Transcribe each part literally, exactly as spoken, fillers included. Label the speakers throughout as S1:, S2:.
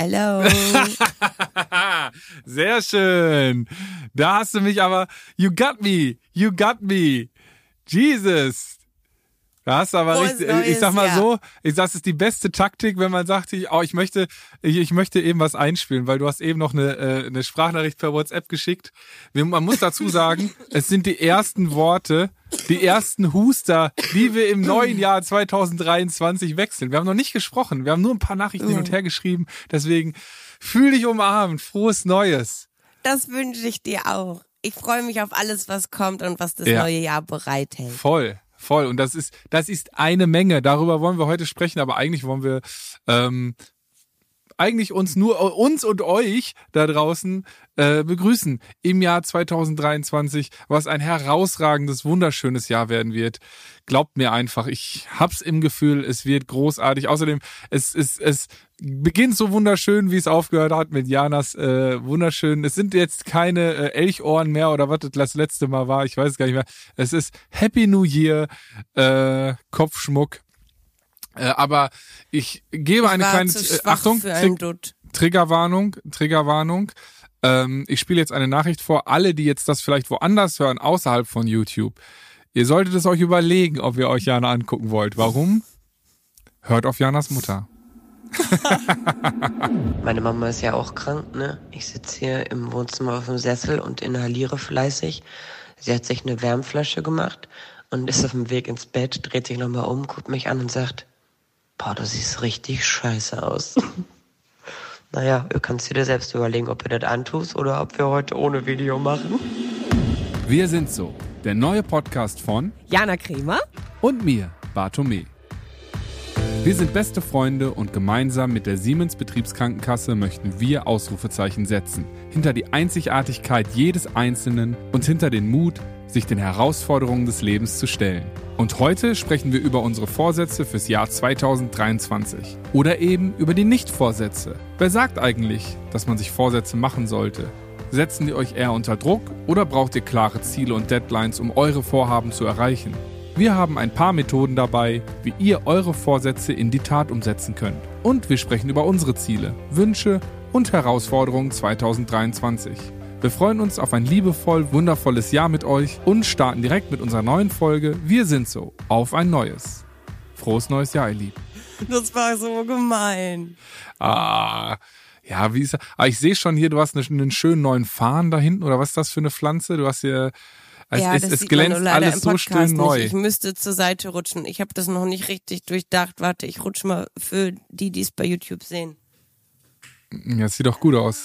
S1: Hello.
S2: Sehr schön. Da hast du mich aber, you got me, you got me. Jesus. Da hast du aber
S1: Frohes
S2: richtig,
S1: Neues
S2: ich sag mal
S1: Jahr.
S2: so, ich das ist die beste Taktik, wenn man sagt, ich, oh, ich möchte, ich, ich möchte eben was einspielen, weil du hast eben noch eine, äh, eine Sprachnachricht per WhatsApp geschickt. Wir, man muss dazu sagen, es sind die ersten Worte, die ersten Huster, die wir im neuen Jahr zwanzig dreiundzwanzig wechseln. Wir haben noch nicht gesprochen, wir haben nur ein paar Nachrichten hin und her geschrieben, deswegen fühl dich umarmt, frohes Neues.
S1: Das wünsche ich dir auch. Ich freue mich auf alles, was kommt und was das
S2: Ja.
S1: neue Jahr bereithält.
S2: Voll. Voll. Und das ist, das ist eine Menge. Darüber wollen wir heute sprechen, aber eigentlich wollen wir ähm, eigentlich uns nur uns und euch da draußen äh, begrüßen im Jahr zwanzig dreiundzwanzig, was ein herausragendes, wunderschönes Jahr werden wird. Glaubt mir einfach, ich hab's im Gefühl, es wird großartig. Außerdem, es es es beginnt so wunderschön, wie es aufgehört hat mit Janas äh, wunderschön. Es sind jetzt keine äh, Elchohren mehr oder was das letzte Mal war, ich weiß es gar nicht mehr. Es ist Happy New Year, äh, Kopfschmuck. Äh, aber ich gebe
S1: Ich
S2: eine
S1: war
S2: kleine
S1: zu
S2: äh,
S1: schwach
S2: Achtung,
S1: für einen
S2: Trig-
S1: Dutt.
S2: Triggerwarnung, Triggerwarnung. Ähm, ich spiele jetzt eine Nachricht vor, alle, die jetzt das vielleicht woanders hören, außerhalb von YouTube. Ihr solltet es euch überlegen, ob ihr euch Jana angucken wollt. Warum? Hört auf Janas Mutter.
S3: Meine Mama ist ja auch krank, ne? Ich sitze hier im Wohnzimmer auf dem Sessel und inhaliere fleißig. Sie hat sich eine Wärmflasche gemacht und ist auf dem Weg ins Bett, dreht sich nochmal um, guckt mich an und sagt, boah, du siehst richtig scheiße aus. Naja, du kannst dir selbst überlegen, ob du das antust oder ob wir heute ohne Video machen.
S2: Wir sind so, der neue Podcast von
S1: Jana Kremer?
S2: und mir, Bartome. Wir sind beste Freunde und gemeinsam mit der Siemens Betriebskrankenkasse möchten wir Ausrufezeichen setzen. Hinter die Einzigartigkeit jedes Einzelnen und hinter den Mut, sich den Herausforderungen des Lebens zu stellen. Und heute sprechen wir über unsere Vorsätze fürs Jahr zwanzig dreiundzwanzig. Oder eben über die Nicht-Vorsätze. Wer sagt eigentlich, dass man sich Vorsätze machen sollte? Setzen die euch eher unter Druck oder braucht ihr klare Ziele und Deadlines, um eure Vorhaben zu erreichen? Wir haben ein paar Methoden dabei, wie ihr eure Vorsätze in die Tat umsetzen könnt. Und wir sprechen über unsere Ziele, Wünsche und Herausforderungen zwanzig dreiundzwanzig. Wir freuen uns auf ein liebevoll, wundervolles Jahr mit euch und starten direkt mit unserer neuen Folge Wir sind so, auf ein neues. Frohes neues Jahr, ihr Lieben.
S1: Das war so gemein.
S2: Ah, ja, wie ist ah, ich sehe schon hier, du hast einen, einen schönen neuen Farn da hinten, oder was ist das für eine Pflanze? Du hast hier, es,
S1: ja,
S2: es,
S1: das
S2: es
S1: sieht man
S2: glänzt
S1: nur leider
S2: alles
S1: im
S2: so
S1: Podcast
S2: schön neu.
S1: nicht. Ich müsste zur Seite rutschen. Ich habe das noch nicht richtig durchdacht. Warte, ich rutsche mal für die, die es bei YouTube sehen.
S2: Ja, das sieht doch gut aus.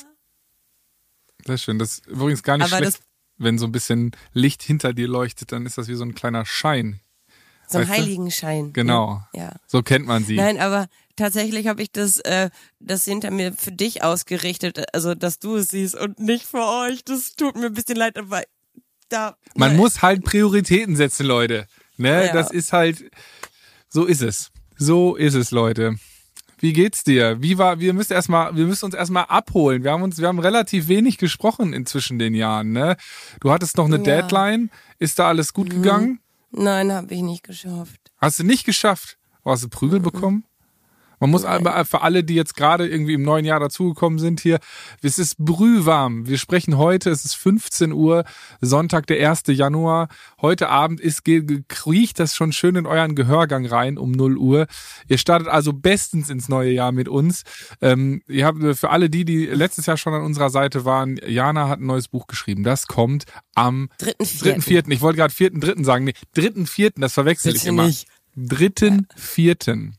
S2: Sehr schön. Das ist übrigens gar nicht
S1: Aber
S2: schlecht, wenn so ein bisschen Licht hinter dir leuchtet, dann ist das wie so ein kleiner Schein.
S1: So ein
S2: Weißt du?
S1: Heiligenschein.
S2: Genau.
S1: Ja.
S2: So kennt man sie.
S1: Nein, aber tatsächlich habe ich das, äh, das hinter mir für dich ausgerichtet, also dass du es siehst und nicht für euch. Das tut mir ein bisschen leid, aber da.
S2: Man
S1: ne,
S2: muss halt Prioritäten setzen, Leute. Ne,
S1: Ja.
S2: das ist halt, so ist es. So ist es, Leute. Wie geht's dir? Wie war, wir müssen erstmal, wir müssen uns erstmal abholen. Wir haben uns, wir haben relativ wenig gesprochen inzwischen den Jahren, ne? Du hattest noch eine
S1: Ja.
S2: Deadline. Ist da alles gut gegangen?
S1: Nein, habe ich nicht geschafft.
S2: Hast du nicht geschafft? Hast du Prügel bekommen? Man muss aber für alle, die jetzt gerade irgendwie im neuen Jahr dazugekommen sind hier, es ist brühwarm. Wir sprechen heute, es ist fünfzehn Uhr, Sonntag, der erste Januar. Heute Abend ist, kriecht das schon schön in euren Gehörgang rein um null Uhr. Ihr startet also bestens ins neue Jahr mit uns. Ähm, ihr habt für alle die, die letztes Jahr schon an unserer Seite waren, Jana hat ein neues Buch geschrieben. Das kommt am
S1: Dritten, vierten.
S2: dritten vierten. Ich wollte gerade vierten dritten sagen. Nee, dritten vierten, das verwechsel ich
S1: Bitte
S2: immer.
S1: nicht.
S2: dritten vierten.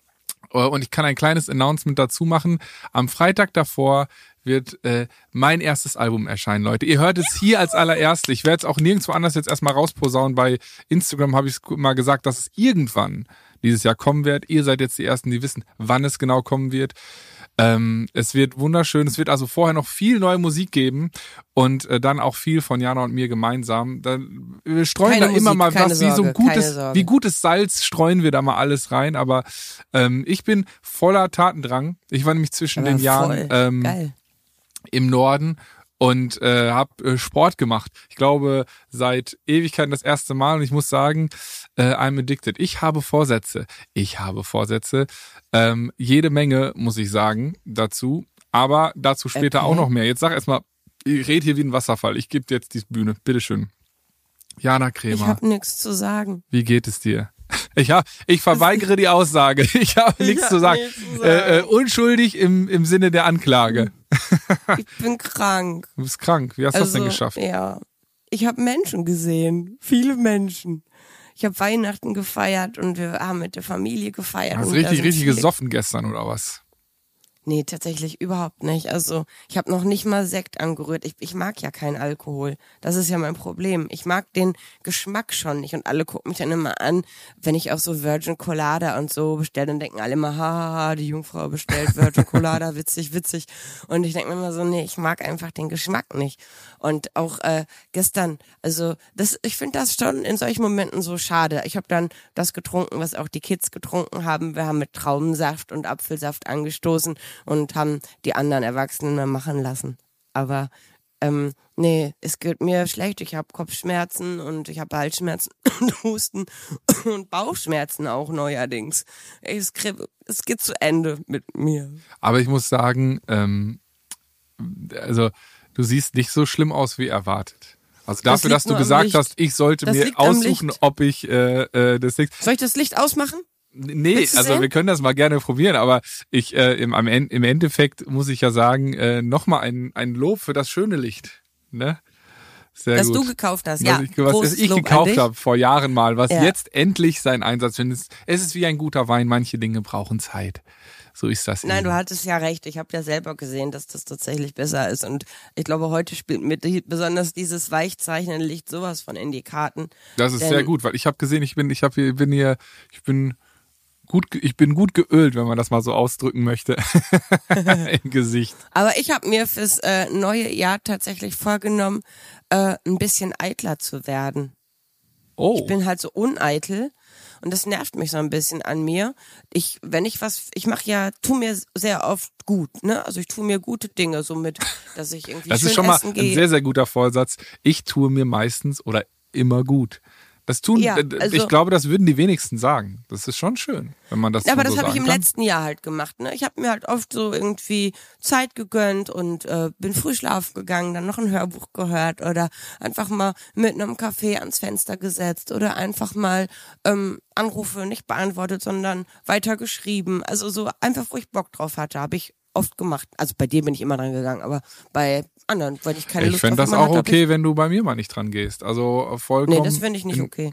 S2: Und ich kann ein kleines Announcement dazu machen. Am Freitag davor wird äh, mein erstes Album erscheinen, Leute. Ihr hört es hier als allererst. Ich werde es auch nirgendwo anders jetzt erstmal rausposaunen. Bei Instagram habe ich es mal gesagt, dass es irgendwann dieses Jahr kommen wird. Ihr seid jetzt die Ersten, die wissen, wann es genau kommen wird. Ähm, es wird wunderschön. Es wird also vorher noch viel neue Musik geben und äh, dann auch viel von Jana und mir gemeinsam. Dann, wir streuen
S1: Keine
S2: da immer
S1: Musik,
S2: mal
S1: keine
S2: was, wie so
S1: Sorge,
S2: ein gutes,
S1: keine Sorge.
S2: wie gutes Salz streuen wir da mal alles rein. Aber ähm, ich bin voller Tatendrang. Ich war nämlich zwischen
S1: Aber
S2: den Jahren
S1: voll.
S2: ähm,
S1: Geil.
S2: im Norden und äh, habe äh, Sport gemacht. Ich glaube, seit Ewigkeiten das erste Mal und ich muss sagen, äh, I'm addicted. Ich habe Vorsätze. Ich habe Vorsätze. Ähm, jede Menge, muss ich sagen, dazu. Aber dazu später
S1: Okay.
S2: auch noch mehr. Jetzt sag erstmal, ich rede hier wie ein Wasserfall. Ich gebe dir jetzt die Bühne. Bitteschön. Jana
S1: Ich
S2: Kremer,
S1: habe nichts zu sagen.
S2: wie geht es dir? Ich, hab, ich verweigere die Aussage. Ich habe
S1: Ich
S2: nichts
S1: hab
S2: zu sagen.
S1: nichts zu sagen.
S2: Äh, äh, unschuldig im, im Sinne der Anklage.
S1: Ich bin krank.
S2: Du bist krank. Wie hast du das
S1: Also,
S2: denn geschafft?
S1: ja. Ich habe Menschen gesehen. Viele Menschen. Ich habe Weihnachten gefeiert und wir haben mit der Familie gefeiert.
S2: Du hast
S1: und da
S2: richtig,
S1: sind
S2: richtig
S1: viele-
S2: gesoffen gestern, oder was?
S1: Nee, tatsächlich überhaupt nicht. Also ich habe noch nicht mal Sekt angerührt. Ich, ich mag ja keinen Alkohol. Das ist ja mein Problem. Ich mag den Geschmack schon nicht. Und alle gucken mich dann immer an, wenn ich auch so Virgin Colada und so bestelle, dann denken alle immer, haha, die Jungfrau bestellt Virgin Colada, witzig, witzig. Und ich denke mir immer so, nee, ich mag einfach den Geschmack nicht. Und auch äh, gestern, also das, ich finde das schon in solchen Momenten so schade. Ich habe dann das getrunken, was auch die Kids getrunken haben. Wir haben mit Traubensaft und Apfelsaft angestoßen und haben die anderen Erwachsenen mal machen lassen. Aber ähm, nee, es geht mir schlecht. Ich habe Kopfschmerzen und ich habe Halsschmerzen und Husten und Bauchschmerzen auch neuerdings. Es, kribb- es geht zu Ende mit mir.
S2: Aber ich muss sagen, ähm, also du siehst nicht so schlimm aus wie erwartet. Also
S1: Das
S2: dafür,
S1: liegt
S2: dass du
S1: nur am
S2: gesagt
S1: Licht.
S2: hast, ich sollte
S1: Das
S2: mir
S1: liegt am
S2: aussuchen,
S1: Licht.
S2: ob ich äh, äh, das Licht.
S1: Soll ich das Licht ausmachen?
S2: Nee,
S1: Willst du
S2: also
S1: sehen?
S2: wir können das mal gerne probieren, aber ich äh, im, am En- im Endeffekt muss ich ja sagen, äh, nochmal ein, ein Lob für das schöne Licht. Ne? Sehr
S1: Das
S2: gut.
S1: du gekauft hast,
S2: Was
S1: ja.
S2: ich, was
S1: Großes
S2: ich
S1: Lob an
S2: gekauft
S1: dich.
S2: habe vor Jahren mal, was
S1: Ja.
S2: jetzt endlich seinen Einsatz findet. Es ist wie ein guter Wein, manche Dinge brauchen Zeit. So ist das
S1: Nein,
S2: eben.
S1: du hattest ja recht. Ich habe ja selber gesehen, dass das tatsächlich besser ist. Und ich glaube, heute spielt mir die, besonders dieses weichzeichnende Licht sowas von in die Karten.
S2: Das ist
S1: Denn-
S2: sehr gut, weil ich habe gesehen, ich bin, ich habe hier, bin hier, ich bin gut, ge- ich bin gut geölt, wenn man das mal so ausdrücken möchte, im Gesicht.
S1: Aber ich habe mir fürs äh, neue Jahr tatsächlich vorgenommen, äh, ein bisschen eitler zu werden.
S2: Oh,
S1: Ich bin halt so uneitel und das nervt mich so ein bisschen an mir. Ich, wenn ich was, ich mache ja, tu mir sehr oft gut, ne? Also ich tu mir gute Dinge, so mit, dass ich irgendwie
S2: das
S1: schön
S2: ist schon mal
S1: essen
S2: ein
S1: gehe.
S2: sehr, sehr guter Vorsatz. Ich tue mir meistens oder immer gut. Das tun,
S1: Ja,
S2: äh,
S1: also-
S2: ich glaube, das würden die wenigsten sagen. Das ist schon schön, wenn man das
S1: Ja, aber
S2: so
S1: das habe ich
S2: sagen
S1: im
S2: kann.
S1: letzten Jahr halt gemacht. Ne? Ich habe mir halt oft so irgendwie Zeit gegönnt und äh, bin früh schlafen gegangen, dann noch ein Hörbuch gehört oder einfach mal mit einem Kaffee ans Fenster gesetzt oder einfach mal ähm, Anrufe nicht beantwortet, sondern weiter geschrieben. Also so einfach, wo ich Bock drauf hatte, habe ich oft gemacht. Also bei dir bin ich immer dran gegangen, aber bei anderen, weil ich keine
S2: Ich
S1: Lust
S2: fände
S1: auf
S2: das
S1: jemanden
S2: auch
S1: hatte, hab
S2: okay, wenn du bei mir mal nicht dran gehst. Also vollkommen.
S1: Nee, das finde ich nicht
S2: in-
S1: okay.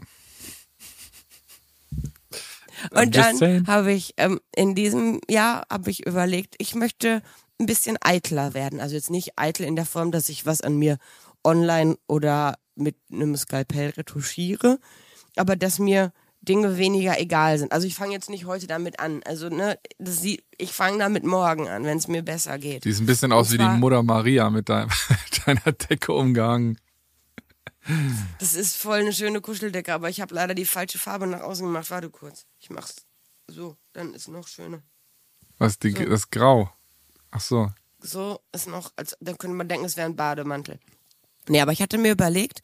S2: I'm
S1: Und
S2: just
S1: dann
S2: saying.
S1: habe ich ähm, in diesem Jahr habe ich überlegt, ich möchte ein bisschen eitler werden. Also jetzt nicht eitel in der Form, dass ich was an mir online oder mit einem Skalpell retuschiere, aber dass mir Dinge weniger egal sind. Also ich fange jetzt nicht heute damit an. Also ne, das sieht, ich fange damit morgen an, wenn es mir besser geht.
S2: Die ist ein bisschen aus
S1: Und
S2: wie die
S1: zwar-
S2: Mutter Maria mit deinem, deiner Decke umgehangen.
S1: Das ist voll eine schöne Kuscheldecke, aber ich habe leider die falsche Farbe nach außen gemacht. Warte kurz, ich mach's so, dann ist noch schöner.
S2: Was, die,
S1: So.
S2: das Grau. Ach so.
S1: So ist noch, als dann könnte man denken, es wäre ein Bademantel. Nee, aber ich hatte mir überlegt,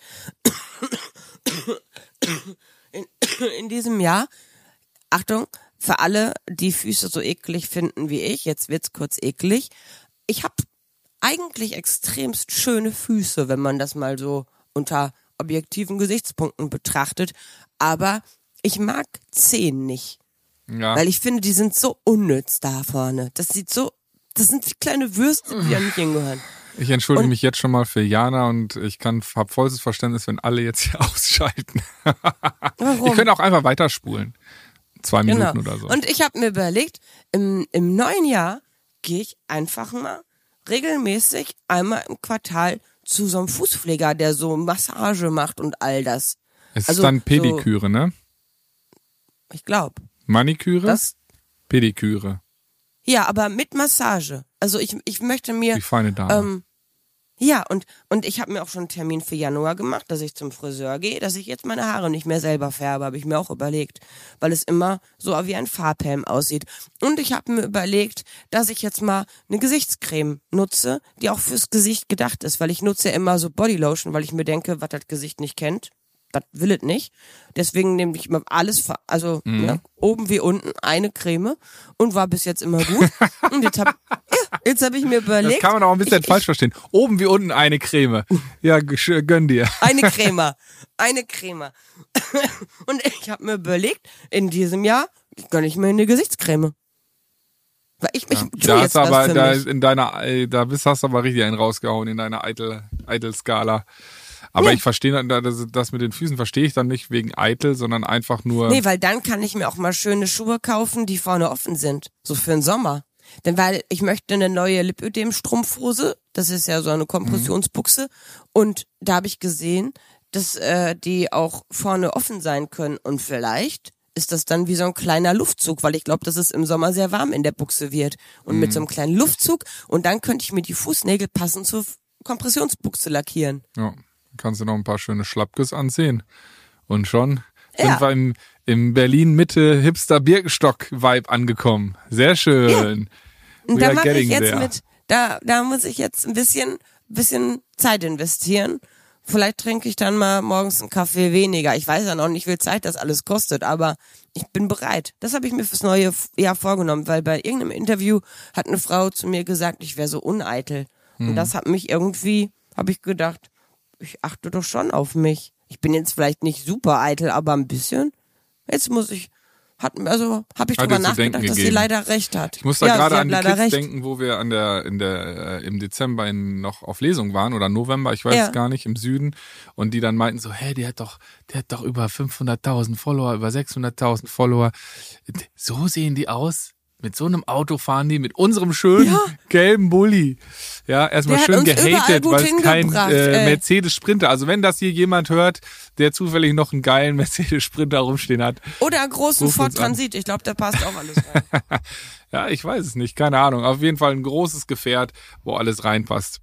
S1: in, in diesem Jahr, Achtung, für alle, die Füße so eklig finden wie ich, jetzt wird's kurz eklig, ich habe eigentlich extremst schöne Füße, wenn man das mal so unter objektiven Gesichtspunkten betrachtet, aber ich mag Zehen nicht.
S2: Ja.
S1: Weil ich finde, die sind so unnütz da vorne. Das sieht so, das sind wie kleine Würste, die da nicht hingehören.
S2: Ich entschuldige
S1: Und-
S2: mich jetzt schon mal für Jana und ich kann hab vollstes Verständnis, wenn alle jetzt hier ausschalten.
S1: Warum?
S2: Ihr könnt auch einfach weiterspulen. Zwei
S1: Genau.
S2: Minuten oder so.
S1: Und ich habe mir überlegt, im, im neuen Jahr gehe ich einfach mal regelmäßig einmal im Quartal zu so einem Fußpfleger, der so Massage macht und all das.
S2: es
S1: also
S2: ist dann
S1: so-
S2: Pediküre, ne?
S1: Ich glaube.
S2: Maniküre?
S1: Das,
S2: Pediküre.
S1: ja, aber mit Massage. Also ich, ich möchte mir,
S2: Die feine Dame.
S1: ähm, Ja, und, und ich habe mir auch schon einen Termin für Januar gemacht, dass ich zum Friseur gehe, dass ich jetzt meine Haare nicht mehr selber färbe, habe ich mir auch überlegt, weil es immer so wie ein Farbhelm aussieht. Und ich habe mir überlegt, dass ich jetzt mal eine Gesichtscreme nutze, die auch fürs Gesicht gedacht ist, weil ich nutze ja immer so Bodylotion, weil ich mir denke, was das Gesicht nicht kennt, das will es nicht. Deswegen nehme ich immer alles, also mhm. ne, oben wie unten eine Creme und war bis jetzt immer gut. Und jetzt habe ja, jetzt hab ich mir überlegt.
S2: Das kann man auch ein bisschen ich, falsch ich, verstehen. Oben wie unten eine Creme. Ja, gönn dir.
S1: Eine Creme. Eine Creme. Und ich habe mir überlegt, in diesem Jahr gönne ich mir eine Gesichtscreme. Weil ich mich
S2: ja,
S1: tu
S2: da
S1: jetzt
S2: hast aber
S1: was für
S2: da
S1: mich.
S2: in deiner da bist hast du aber richtig einen rausgehauen in deiner Eitel Eitel-Skala. Aber ja. ich verstehe das, das mit den Füßen verstehe ich dann nicht wegen eitel, sondern einfach nur.
S1: Nee, weil dann kann ich mir auch mal schöne Schuhe kaufen, die vorne offen sind, so für den Sommer. Denn weil ich möchte eine neue Lipödem-Strumpfhose, das ist ja so eine Kompressionsbuchse, mhm. und da habe ich gesehen, dass äh, die auch vorne offen sein können und vielleicht ist das dann wie so ein kleiner Luftzug, weil ich glaube, dass es im Sommer sehr warm in der Buchse wird und mhm. mit so einem kleinen Luftzug und dann könnte ich mir die Fußnägel passend zur Kompressionsbuchse lackieren.
S2: Ja. Kannst du noch ein paar schöne Schlappkes ansehen. Und schon
S1: ja.
S2: sind wir im, im Berlin-Mitte-Hipster-Birkenstock-Vibe angekommen. Sehr schön.
S1: Ja. Und da mache ich jetzt there. mit, da, da muss ich jetzt ein bisschen, bisschen Zeit investieren. Vielleicht trinke ich dann mal morgens einen Kaffee weniger. Ich weiß ja noch nicht, wie viel Zeit das alles kostet, aber ich bin bereit. Das habe ich mir fürs neue Jahr vorgenommen, weil bei irgendeinem Interview hat eine Frau zu mir gesagt, ich wäre so uneitel. Hm. Und das hat mich irgendwie, habe ich gedacht, ich achte doch schon auf mich. Ich bin jetzt vielleicht nicht super eitel, aber ein bisschen. Jetzt muss ich, hat, also habe ich drüber nachgedacht, dass sie leider recht hat.
S2: Ich muss da
S1: ja,
S2: gerade an die Kids
S1: recht.
S2: denken, wo wir an der, in der, äh, im Dezember in, noch auf Lesung waren oder November, ich weiß
S1: ja.
S2: es gar nicht, im Süden. Und die dann meinten so, hey, der hat doch, der hat doch über fünfhunderttausend Follower, über sechshunderttausend Follower. So sehen die aus. Mit so einem Auto fahren die, mit unserem schönen
S1: ja.
S2: gelben Bulli. Ja, erstmal schön gehatet, weil es kein äh, Mercedes Sprinter. Also wenn das hier jemand hört, der zufällig noch einen geilen Mercedes Sprinter rumstehen hat.
S1: Oder einen großen Ford Transit. Ich glaube, da passt auch alles rein.
S2: Ja, ich weiß es nicht. Keine Ahnung. Auf jeden Fall ein großes Gefährt, wo alles reinpasst.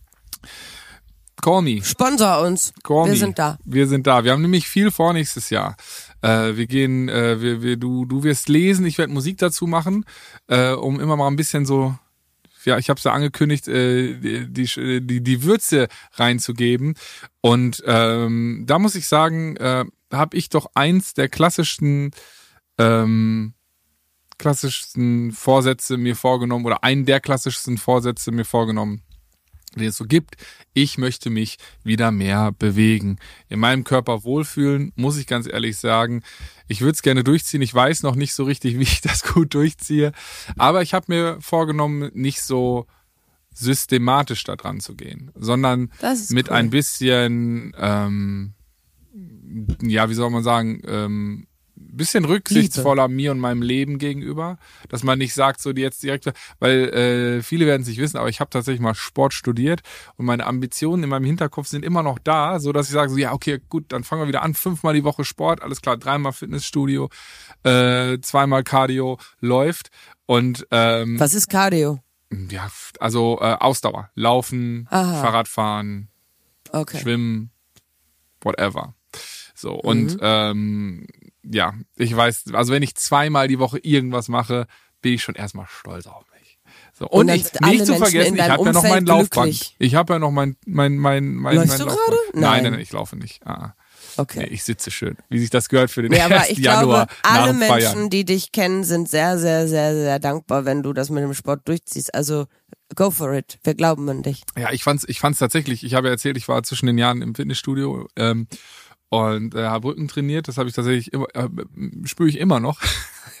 S2: Call me.
S1: Sponsor uns.
S2: Call
S1: wir
S2: me.
S1: sind da.
S2: Wir sind da. Wir haben nämlich viel vor nächstes Jahr. Äh, wir gehen, äh, wir, wir, du, du wirst lesen, ich werde Musik dazu machen, äh, um immer mal ein bisschen so, ja, ich habe es ja angekündigt, äh, die, die, die, die Würze reinzugeben. Und ähm, da muss ich sagen, äh, habe ich doch eins der klassischsten, ähm, klassischsten Vorsätze mir vorgenommen oder einen der klassischsten Vorsätze mir vorgenommen, den es so gibt. Ich möchte mich wieder mehr bewegen. In meinem Körper wohlfühlen, muss ich ganz ehrlich sagen. Ich würde es gerne durchziehen. Ich weiß noch nicht so richtig, wie ich das gut durchziehe. Aber ich habe mir vorgenommen, nicht so systematisch da dran zu gehen, sondern mit cool. ein bisschen, ähm, ja, wie soll man sagen, ähm, bisschen rücksichtsvoller Liebe. Mir und meinem Leben gegenüber, dass man nicht sagt, so die jetzt direkt, weil äh, viele werden es nicht wissen, aber ich habe tatsächlich mal Sport studiert und meine Ambitionen in meinem Hinterkopf sind immer noch da, so dass ich sage, so ja okay, gut, dann fangen wir wieder an, fünfmal die Woche Sport, alles klar, dreimal Fitnessstudio, äh, zweimal Cardio läuft und ähm,
S1: was ist Cardio?
S2: Ja, also äh, Ausdauer, Laufen,
S1: Aha.
S2: Fahrradfahren,
S1: okay.
S2: Schwimmen, whatever. So und mhm. ähm, ja, ich weiß, also wenn ich zweimal die Woche irgendwas mache, bin ich schon erstmal stolz auf mich. So und, und ich, nicht zu vergessen, ich habe ja noch mein Laufband. Ich habe ja noch mein mein mein mein,
S1: Läufst
S2: mein
S1: du
S2: Laufband.
S1: Gerade?
S2: Nein. nein, nein, nein, ich laufe nicht. Ah.
S1: Okay.
S2: Nee, ich sitze schön, wie sich das gehört für den
S1: nee, aber
S2: ersten
S1: ich
S2: Januar
S1: glaube, alle
S2: nach
S1: Menschen,
S2: Feiern.
S1: die dich kennen, sind sehr, sehr, sehr, sehr dankbar, wenn du das mit dem Sport durchziehst. Also go for it. Wir glauben an dich.
S2: Ja, ich fand's, ich fand's tatsächlich. Ich habe ja erzählt, ich war zwischen den Jahren im Fitnessstudio ähm, und äh, habe Rücken trainiert. Das habe ich tatsächlich immer, äh, spüre ich immer noch.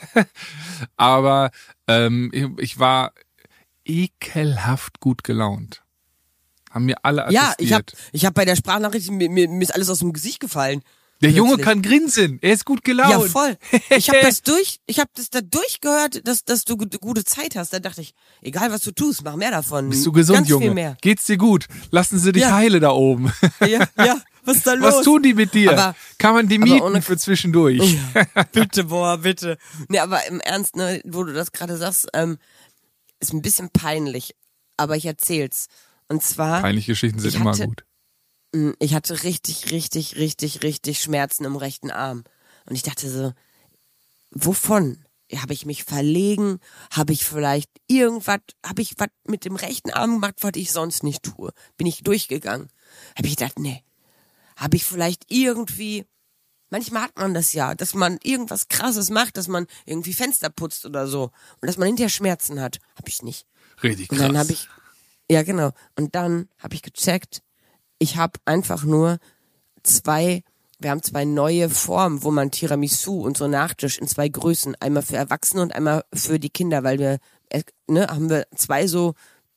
S2: Aber ähm, ich, ich war ekelhaft gut gelaunt. Haben mir alle attestiert.
S1: Ja, ich habe ich hab bei der Sprachnachricht, mir, mir, mir ist alles aus dem Gesicht gefallen.
S2: Der
S1: Plötzlich.
S2: Junge kann grinsen, er ist gut gelaunt.
S1: Ja, voll. Ich habe das durch, ich habe das da durchgehört, dass, dass du gute Zeit hast. Da dachte ich, egal was du tust, mach mehr davon.
S2: Bist du gesund,
S1: Ganz
S2: Junge?
S1: Viel mehr.
S2: Geht's dir gut? Lassen sie dich
S1: ja.
S2: heile da oben.
S1: Ja, ja. Was ist da los?
S2: Was tun die mit dir?
S1: Aber,
S2: kann man die mieten ohne... für zwischendurch?
S1: Ja, bitte, boah, bitte. Nee, aber im Ernst, ne, wo du das gerade sagst, ähm, ist ein bisschen peinlich, aber ich erzähl's. Und zwar...
S2: Peinliche Geschichten sind immer
S1: hatte,
S2: gut.
S1: Ich hatte richtig, richtig, richtig, richtig Schmerzen im rechten Arm. Und ich dachte so, wovon? Habe ich mich verlegen? Habe ich vielleicht irgendwas, habe ich was mit dem rechten Arm gemacht, was ich sonst nicht tue? Bin ich durchgegangen? Habe ich gedacht, nee. Habe ich vielleicht irgendwie, manchmal hat man das ja, dass man irgendwas Krasses macht, dass man irgendwie Fenster putzt oder so. Und dass man hinterher Schmerzen hat. Habe ich nicht.
S2: Richtig krass.
S1: Und dann habe ich, ja genau. Und dann habe ich gecheckt, ich habe einfach nur zwei, wir haben zwei neue Formen, wo man Tiramisu und so Nachtisch in zwei Größen, einmal für Erwachsene und einmal für die Kinder, weil wir, äh, ne, haben wir zwei so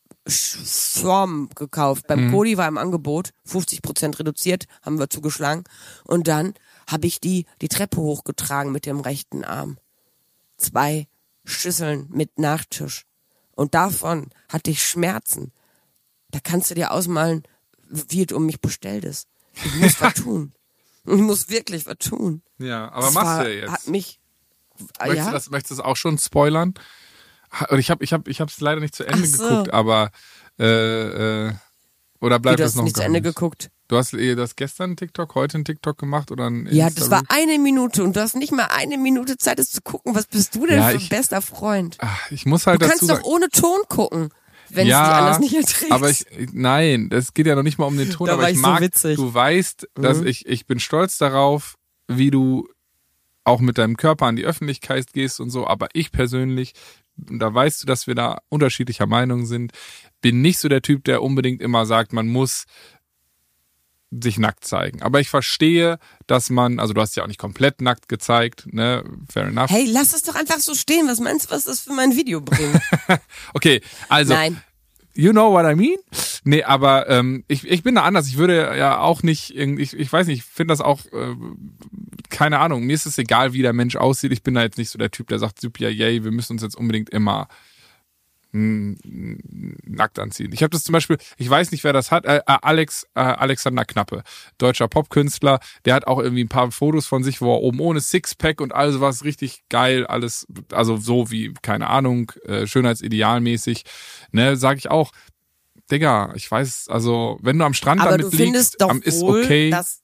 S1: Formen gekauft. Beim
S2: Mhm.
S1: Cody war im Angebot, fünfzig Prozent reduziert, haben wir zugeschlagen. Und dann habe ich die, die Treppe hochgetragen mit dem rechten Arm. Zwei Schüsseln mit Nachtisch. Und davon hatte ich Schmerzen. Da kannst du dir ausmalen, wie es um mich bestellt ist. Ich muss was tun. Ich muss wirklich was tun.
S2: Ja, aber
S1: Das
S2: machst
S1: war,
S2: du ja jetzt.
S1: Hat mich,
S2: Möchtest,
S1: ja?
S2: du das, möchtest du das auch schon spoilern? Ha- Ich habe ich hab, ich hab's leider nicht zu Ende
S1: Ach so.
S2: geguckt, aber äh, äh, oder
S1: Wie,
S2: bleibt
S1: du
S2: das
S1: hast
S2: noch
S1: nicht zu
S2: gar
S1: Ende
S2: nicht?
S1: geguckt.
S2: Du hast eh das gestern einen TikTok, heute einen TikTok gemacht oder ein
S1: Ja, das war
S2: Insta-Reel?
S1: eine Minute und du hast nicht mal eine Minute Zeit, es zu gucken. Was bist du denn
S2: Ja,
S1: für
S2: ich-
S1: ein bester Freund?
S2: Ach, ich muss halt
S1: Du
S2: dazu
S1: kannst doch
S2: sagen,
S1: ohne Ton gucken, wenn
S2: ja,
S1: es dich anders nicht erträgst.
S2: aber ich, nein, das geht ja noch nicht mal um den Ton,
S1: Da
S2: aber
S1: war
S2: ich
S1: ich so
S2: mag,
S1: witzig.
S2: du weißt, dass
S1: Mhm.
S2: ich, ich bin stolz darauf, wie du auch mit deinem Körper an die Öffentlichkeit gehst und so, aber ich persönlich, und da weißt du, dass wir da unterschiedlicher Meinung sind, bin nicht so der Typ, der unbedingt immer sagt, man muss sich nackt zeigen. Aber ich verstehe, dass man, also du hast ja auch nicht komplett nackt gezeigt, ne, fair enough.
S1: Hey, lass es doch einfach so stehen. Was meinst du, was das für mein Video bringt?
S2: Okay, also,
S1: Nein.
S2: you know what I mean? Nee, aber ähm, ich, ich bin da anders. Ich würde ja auch nicht, irgendwie- ich, ich weiß nicht, ich finde das auch, äh, keine Ahnung, mir ist es egal, wie der Mensch aussieht. Ich bin da jetzt nicht so der Typ, der sagt, super, yay, wir müssen uns jetzt unbedingt immer mm, nackt anziehen. Ich habe das zum Beispiel, ich weiß nicht, wer das hat, äh, Alex, äh, Alexander Knappe, deutscher Popkünstler, der hat auch irgendwie ein paar Fotos von sich, wo er oben ohne Sixpack und all sowas richtig geil, alles, also so wie, keine Ahnung, äh, schönheitsidealmäßig, ne, sag ich auch, Digga, ich weiß, also, wenn du am Strand
S1: Aber
S2: damit
S1: du findest
S2: liegst,
S1: doch
S2: am- ist
S1: wohl,
S2: okay.
S1: dass...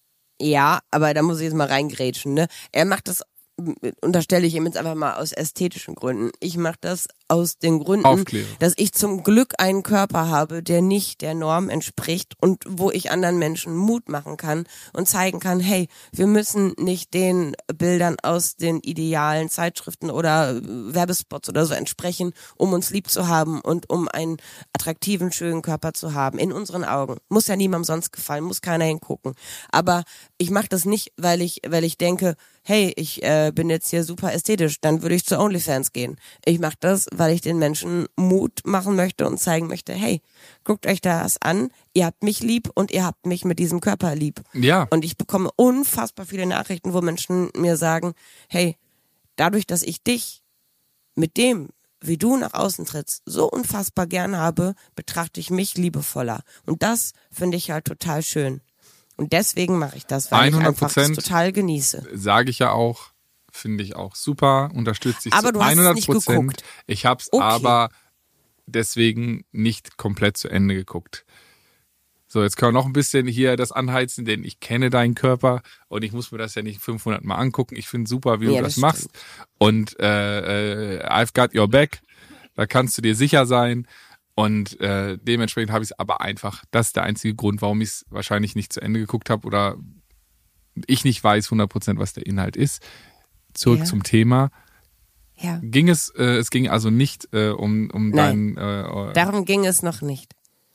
S1: Ja, aber da muss ich jetzt mal reingrätschen, ne? Er macht das, unterstelle ich ihm jetzt einfach mal aus ästhetischen Gründen. Ich mache das aus den Gründen,
S2: Aufklärung.
S1: dass ich zum Glück einen Körper habe, der nicht der Norm entspricht und wo ich anderen Menschen Mut machen kann und zeigen kann, hey, wir müssen nicht den Bildern aus den idealen Zeitschriften oder Werbespots oder so entsprechen, um uns lieb zu haben und um einen attraktiven, schönen Körper zu haben, in unseren Augen. Muss ja niemandem sonst gefallen, muss keiner hingucken. Aber ich mache das nicht, weil ich, weil ich denke, hey, ich äh, bin jetzt hier super ästhetisch, dann würde ich zu OnlyFans gehen. Ich mache das, weil ich den Menschen Mut machen möchte und zeigen möchte, hey, guckt euch das an, ihr habt mich lieb und ihr habt mich mit diesem Körper lieb.
S2: Ja.
S1: Und ich bekomme unfassbar viele Nachrichten, wo Menschen mir sagen, hey, dadurch, dass ich dich mit dem, wie du nach außen trittst, so unfassbar gern habe, betrachte ich mich liebevoller. Und das finde ich halt total schön. Und deswegen mache ich das, weil ich einfach das total genieße.
S2: Sage ich ja auch, finde ich auch super, unterstütze ich
S1: Aber
S2: zu
S1: du hast es
S2: hundert
S1: nicht
S2: Prozent.
S1: geguckt.
S2: Ich habe es
S1: Okay.
S2: aber deswegen nicht komplett zu Ende geguckt. So, jetzt können wir noch ein bisschen hier das anheizen, denn ich kenne deinen Körper und ich muss mir das ja nicht fünfhundert Mal angucken. Ich finde super, wie
S1: Ja,
S2: du das,
S1: das
S2: machst. Und äh, äh, I've got your back. Da kannst du dir sicher sein. Und äh, dementsprechend habe ich es aber einfach, das ist der einzige Grund, warum ich es wahrscheinlich nicht zu Ende geguckt habe oder ich nicht weiß hundert Prozent, was der Inhalt ist. Zurück
S1: Ja.
S2: zum Thema.
S1: Ja.
S2: Ging es, äh, es ging also nicht äh, um, um
S1: Nein.
S2: deinen... Äh,
S1: Darum ging es noch nicht.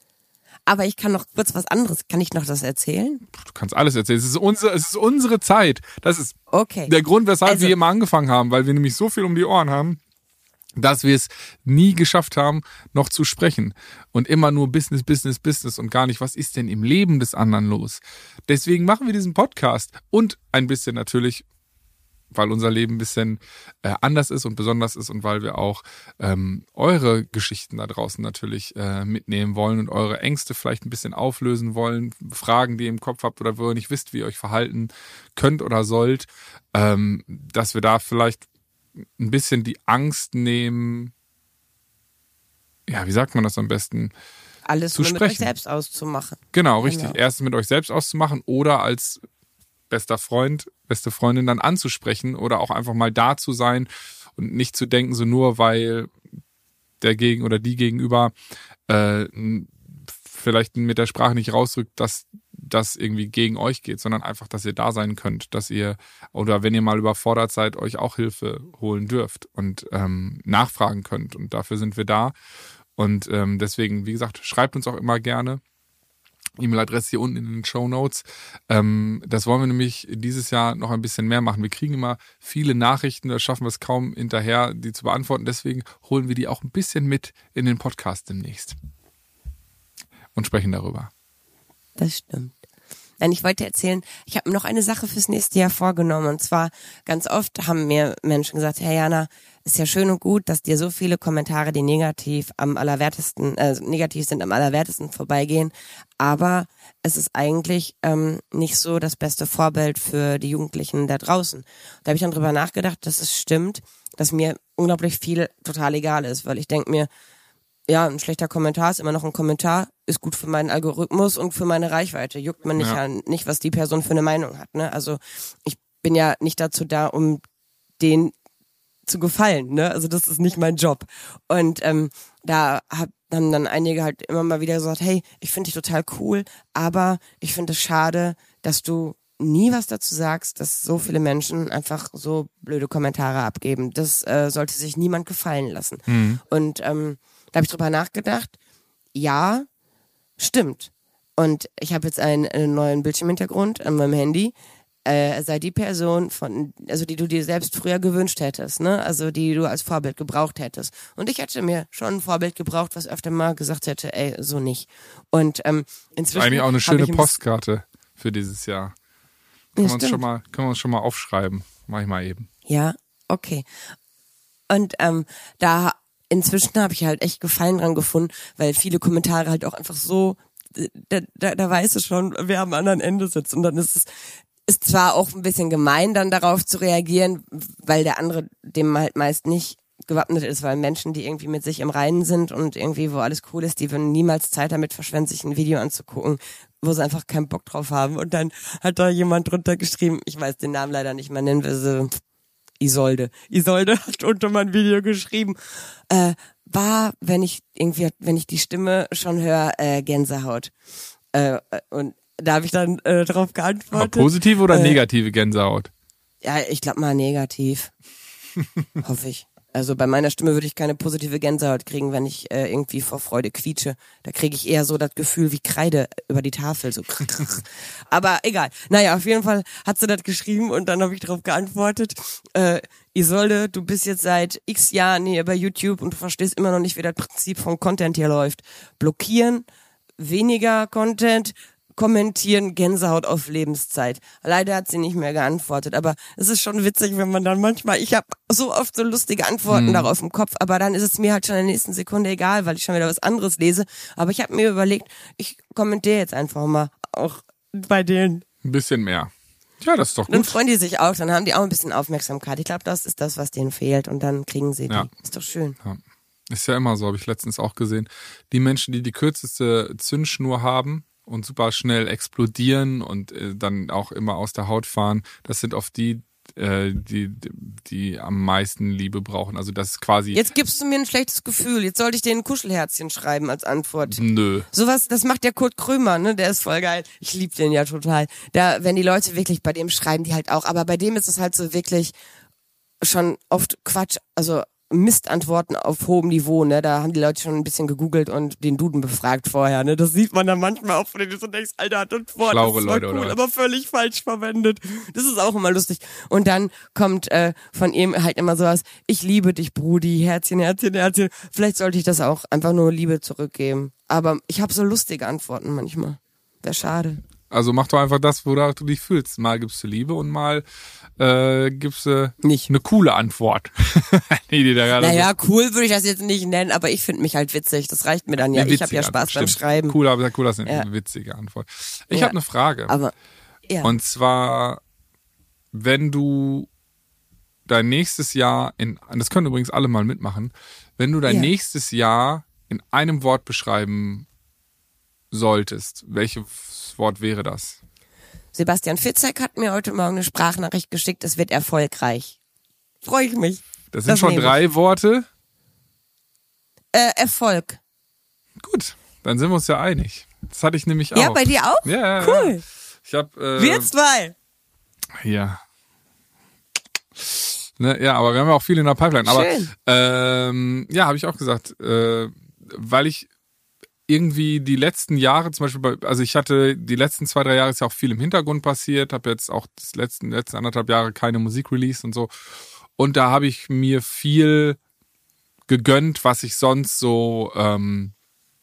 S1: Aber ich kann noch kurz was anderes. Kann ich noch das erzählen?
S2: du kannst alles erzählen. Es ist unsere, es ist unsere Zeit. Das ist
S1: Okay.
S2: der Grund, weshalb
S1: Also-
S2: wir immer angefangen haben, weil wir nämlich so viel um die Ohren haben, dass wir es nie geschafft haben, noch zu sprechen. Und immer nur Business, Business, Business und gar nicht, was ist denn im Leben des anderen los? Deswegen machen wir diesen Podcast und ein bisschen natürlich, weil unser Leben ein bisschen äh, anders ist und besonders ist und weil wir auch ähm, eure Geschichten da draußen natürlich äh, mitnehmen wollen und eure Ängste vielleicht ein bisschen auflösen wollen, Fragen, die ihr im Kopf habt oder wo ihr nicht wisst, wie ihr euch verhalten könnt oder sollt, ähm, dass wir da vielleicht ein bisschen die Angst nehmen, ja, wie sagt man das am besten,
S1: alles
S2: zu
S1: nur
S2: sprechen.
S1: mit euch selbst auszumachen.
S2: Genau, richtig.
S1: Genau.
S2: Erst mit euch selbst auszumachen oder als bester Freund, beste Freundin dann anzusprechen oder auch einfach mal da zu sein und nicht zu denken, so nur weil der Gegen- oder die Gegenüber äh, vielleicht mit der Sprache nicht rausdrückt, dass das irgendwie gegen euch geht, sondern einfach, dass ihr da sein könnt, dass ihr, oder wenn ihr mal überfordert seid, euch auch Hilfe holen dürft und ähm, nachfragen könnt. Und dafür sind wir da. Und ähm, deswegen, wie gesagt, schreibt uns auch immer gerne. E-Mail-Adresse hier unten in den Shownotes. Ähm, das wollen wir nämlich dieses Jahr noch ein bisschen mehr machen. Wir kriegen immer viele Nachrichten, da schaffen wir es kaum hinterher, die zu beantworten. Deswegen holen wir die auch ein bisschen mit in den Podcast demnächst und sprechen darüber.
S1: Das stimmt. Nein, ich wollte erzählen, ich habe mir noch eine Sache fürs nächste Jahr vorgenommen. Und zwar, ganz oft haben mir Menschen gesagt, hey Jana, ist ja schön und gut, dass dir so viele Kommentare, die negativ am allerwertesten, äh, negativ sind, am allerwertesten vorbeigehen. Aber es ist eigentlich ähm, nicht so das beste Vorbild für die Jugendlichen da draußen. Da habe ich dann drüber nachgedacht, dass es stimmt, dass mir unglaublich viel total egal ist, weil ich denke mir, ja, ein schlechter Kommentar ist immer noch ein Kommentar, ist gut für meinen Algorithmus und für meine Reichweite. Juckt man nicht,
S2: Ja.
S1: an, nicht, was die Person für eine Meinung hat. Ne? Also ich bin ja nicht dazu da, um den zu gefallen. Ne? Also das ist nicht mein Job. Und ähm, da hab, haben dann einige halt immer mal wieder gesagt, hey, ich finde dich total cool, aber ich finde es schade, dass du nie was dazu sagst, dass so viele Menschen einfach so blöde Kommentare abgeben. Das äh, sollte sich niemand gefallen lassen.
S2: Mhm.
S1: Und ähm, da habe ich drüber nachgedacht, ja, stimmt. Und ich habe jetzt einen, einen neuen Bildschirmhintergrund an meinem Handy. Äh, sei die Person, von, also die du dir selbst früher gewünscht hättest, ne? Also die du als Vorbild gebraucht hättest. Und ich hätte mir schon ein Vorbild gebraucht, was öfter mal gesagt hätte, ey, so nicht. Und ähm, inzwischen
S2: Eigentlich auch eine
S1: hab
S2: schöne
S1: ich ein
S2: Postkarte für dieses Jahr.
S1: bisschen-
S2: Können wir
S1: Ja,
S2: uns
S1: stimmt.
S2: schon mal, können wir uns schon mal aufschreiben. Mach ich mal eben.
S1: Ja, okay. Und ähm, da inzwischen habe ich halt echt Gefallen dran gefunden, weil viele Kommentare halt auch einfach so, da, da, da weißt du schon, wer am anderen Ende sitzt. Und dann ist es ist zwar auch ein bisschen gemein, dann darauf zu reagieren, weil der andere dem halt meist nicht gewappnet ist, weil Menschen, die irgendwie mit sich im Reinen sind und irgendwie, wo alles cool ist, die würden niemals Zeit damit verschwenden, sich ein Video anzugucken, wo sie einfach keinen Bock drauf haben. Und dann hat da jemand drunter geschrieben, ich weiß den Namen leider nicht mehr, nennen wir sie Isolde. Isolde hat unter mein Video geschrieben, äh, war, wenn ich irgendwie, wenn ich die Stimme schon höre, äh, Gänsehaut. Äh, und da habe ich dann äh, drauf
S2: Aber
S1: geantwortet.
S2: positive oder
S1: äh,
S2: negative Gänsehaut?
S1: Ja, ich glaube mal negativ. Hoffe ich. Also bei meiner Stimme würde ich keine positive Gänsehaut kriegen, wenn ich äh, irgendwie vor Freude quietsche. Da kriege ich eher so das Gefühl wie Kreide über die Tafel. So. Aber egal. Naja, auf jeden Fall hat sie das geschrieben und dann habe ich darauf geantwortet. Äh, Isolde, du bist jetzt seit x Jahren hier bei YouTube und du verstehst immer noch nicht, wie das Prinzip von Content hier läuft. Blockieren, weniger Content, kommentieren, Gänsehaut auf Lebenszeit. Leider hat sie nicht mehr geantwortet, aber es ist schon witzig, wenn man dann manchmal, ich habe so oft so lustige Antworten
S2: Mhm.
S1: darauf im Kopf, aber dann ist es mir halt schon in der nächsten Sekunde egal, weil ich schon wieder was anderes lese. Aber ich habe mir überlegt, ich kommentiere jetzt einfach mal auch bei denen.
S2: Ein bisschen mehr. Ja, das ist doch
S1: Dann
S2: gut.
S1: freuen die sich auch, dann haben die auch ein bisschen Aufmerksamkeit. Ich glaube, das ist das, was denen fehlt und dann kriegen sie die.
S2: Ja.
S1: Ist doch schön.
S2: Ja. Ist ja immer so, habe ich letztens auch gesehen. Die Menschen, die die kürzeste Zündschnur haben und super schnell explodieren und äh, dann auch immer aus der Haut fahren, das sind oft die, äh, die, die am meisten Liebe brauchen. Also das ist quasi...
S1: Jetzt gibst du mir ein schlechtes Gefühl. Jetzt sollte ich dir ein Kuschelherzchen schreiben als Antwort.
S2: Nö.
S1: Sowas, das macht der Kurt Krömer, ne? Der ist voll geil. Ich lieb den ja total. Da, wenn die Leute wirklich bei dem schreiben, die halt auch. Aber bei dem ist es halt so wirklich schon oft Quatsch, also Mistantworten auf hohem Niveau, ne? Da haben die Leute schon ein bisschen gegoogelt und den Duden befragt vorher, ne? Das sieht man dann manchmal auch, von denen du so denkst, Alter, das Wort
S2: Schlaue
S1: ist zwar
S2: Leute,
S1: cool,
S2: oder was?
S1: aber völlig falsch verwendet. Das ist auch immer lustig. Und dann kommt äh, von ihm halt immer sowas, ich liebe dich, Brudi, Herzchen, Herzchen, Herzchen. Vielleicht sollte ich das auch einfach nur Liebe zurückgeben. Aber ich habe so lustige Antworten manchmal. Wäre schade.
S2: Also mach doch einfach das, wonach du dich fühlst. Mal gibst du Liebe und mal äh, gibst du
S1: Nicht.
S2: eine coole Antwort. nee, die da gerade
S1: Naja, cool würde ich das jetzt nicht nennen, aber ich finde mich halt witzig. Das reicht mir dann
S2: so
S1: ja.
S2: eine
S1: Ich habe ja
S2: witzige
S1: Spaß
S2: Antwort.
S1: beim
S2: Stimmt.
S1: Schreiben.
S2: Cool, aber cool, das ist eine
S1: Ja.
S2: witzige Antwort. Ich
S1: Ja.
S2: habe eine Frage.
S1: Aber ja.
S2: Und zwar, wenn du dein nächstes Jahr in, das können übrigens alle mal mitmachen, wenn du dein
S1: Ja.
S2: nächstes Jahr in einem Wort beschreiben solltest, welches Wort wäre das?
S1: Sebastian Fitzek hat mir heute Morgen eine Sprachnachricht geschickt, es wird erfolgreich. Freue ich mich.
S2: Das sind
S1: Das
S2: schon
S1: nehme
S2: drei
S1: ich.
S2: Worte.
S1: Äh, Erfolg.
S2: Gut, dann sind wir uns ja einig. Das hatte ich nämlich auch.
S1: Ja, bei dir auch?
S2: Ja, ja,
S1: cool.
S2: Ja. Ich hab, äh,
S1: Wir zwei.
S2: Ja. Ne, ja, aber wir haben ja auch viel in der Pipeline. Aber
S1: Schön.
S2: ähm, ja, habe ich auch gesagt, äh, weil ich irgendwie die letzten Jahre, zum Beispiel, bei, also ich hatte die letzten zwei, drei Jahre ist ja auch viel im Hintergrund passiert, habe jetzt auch das letzten, letzten anderthalb Jahre keine Musik released und so. Und da habe ich mir viel gegönnt, was ich sonst so, ähm,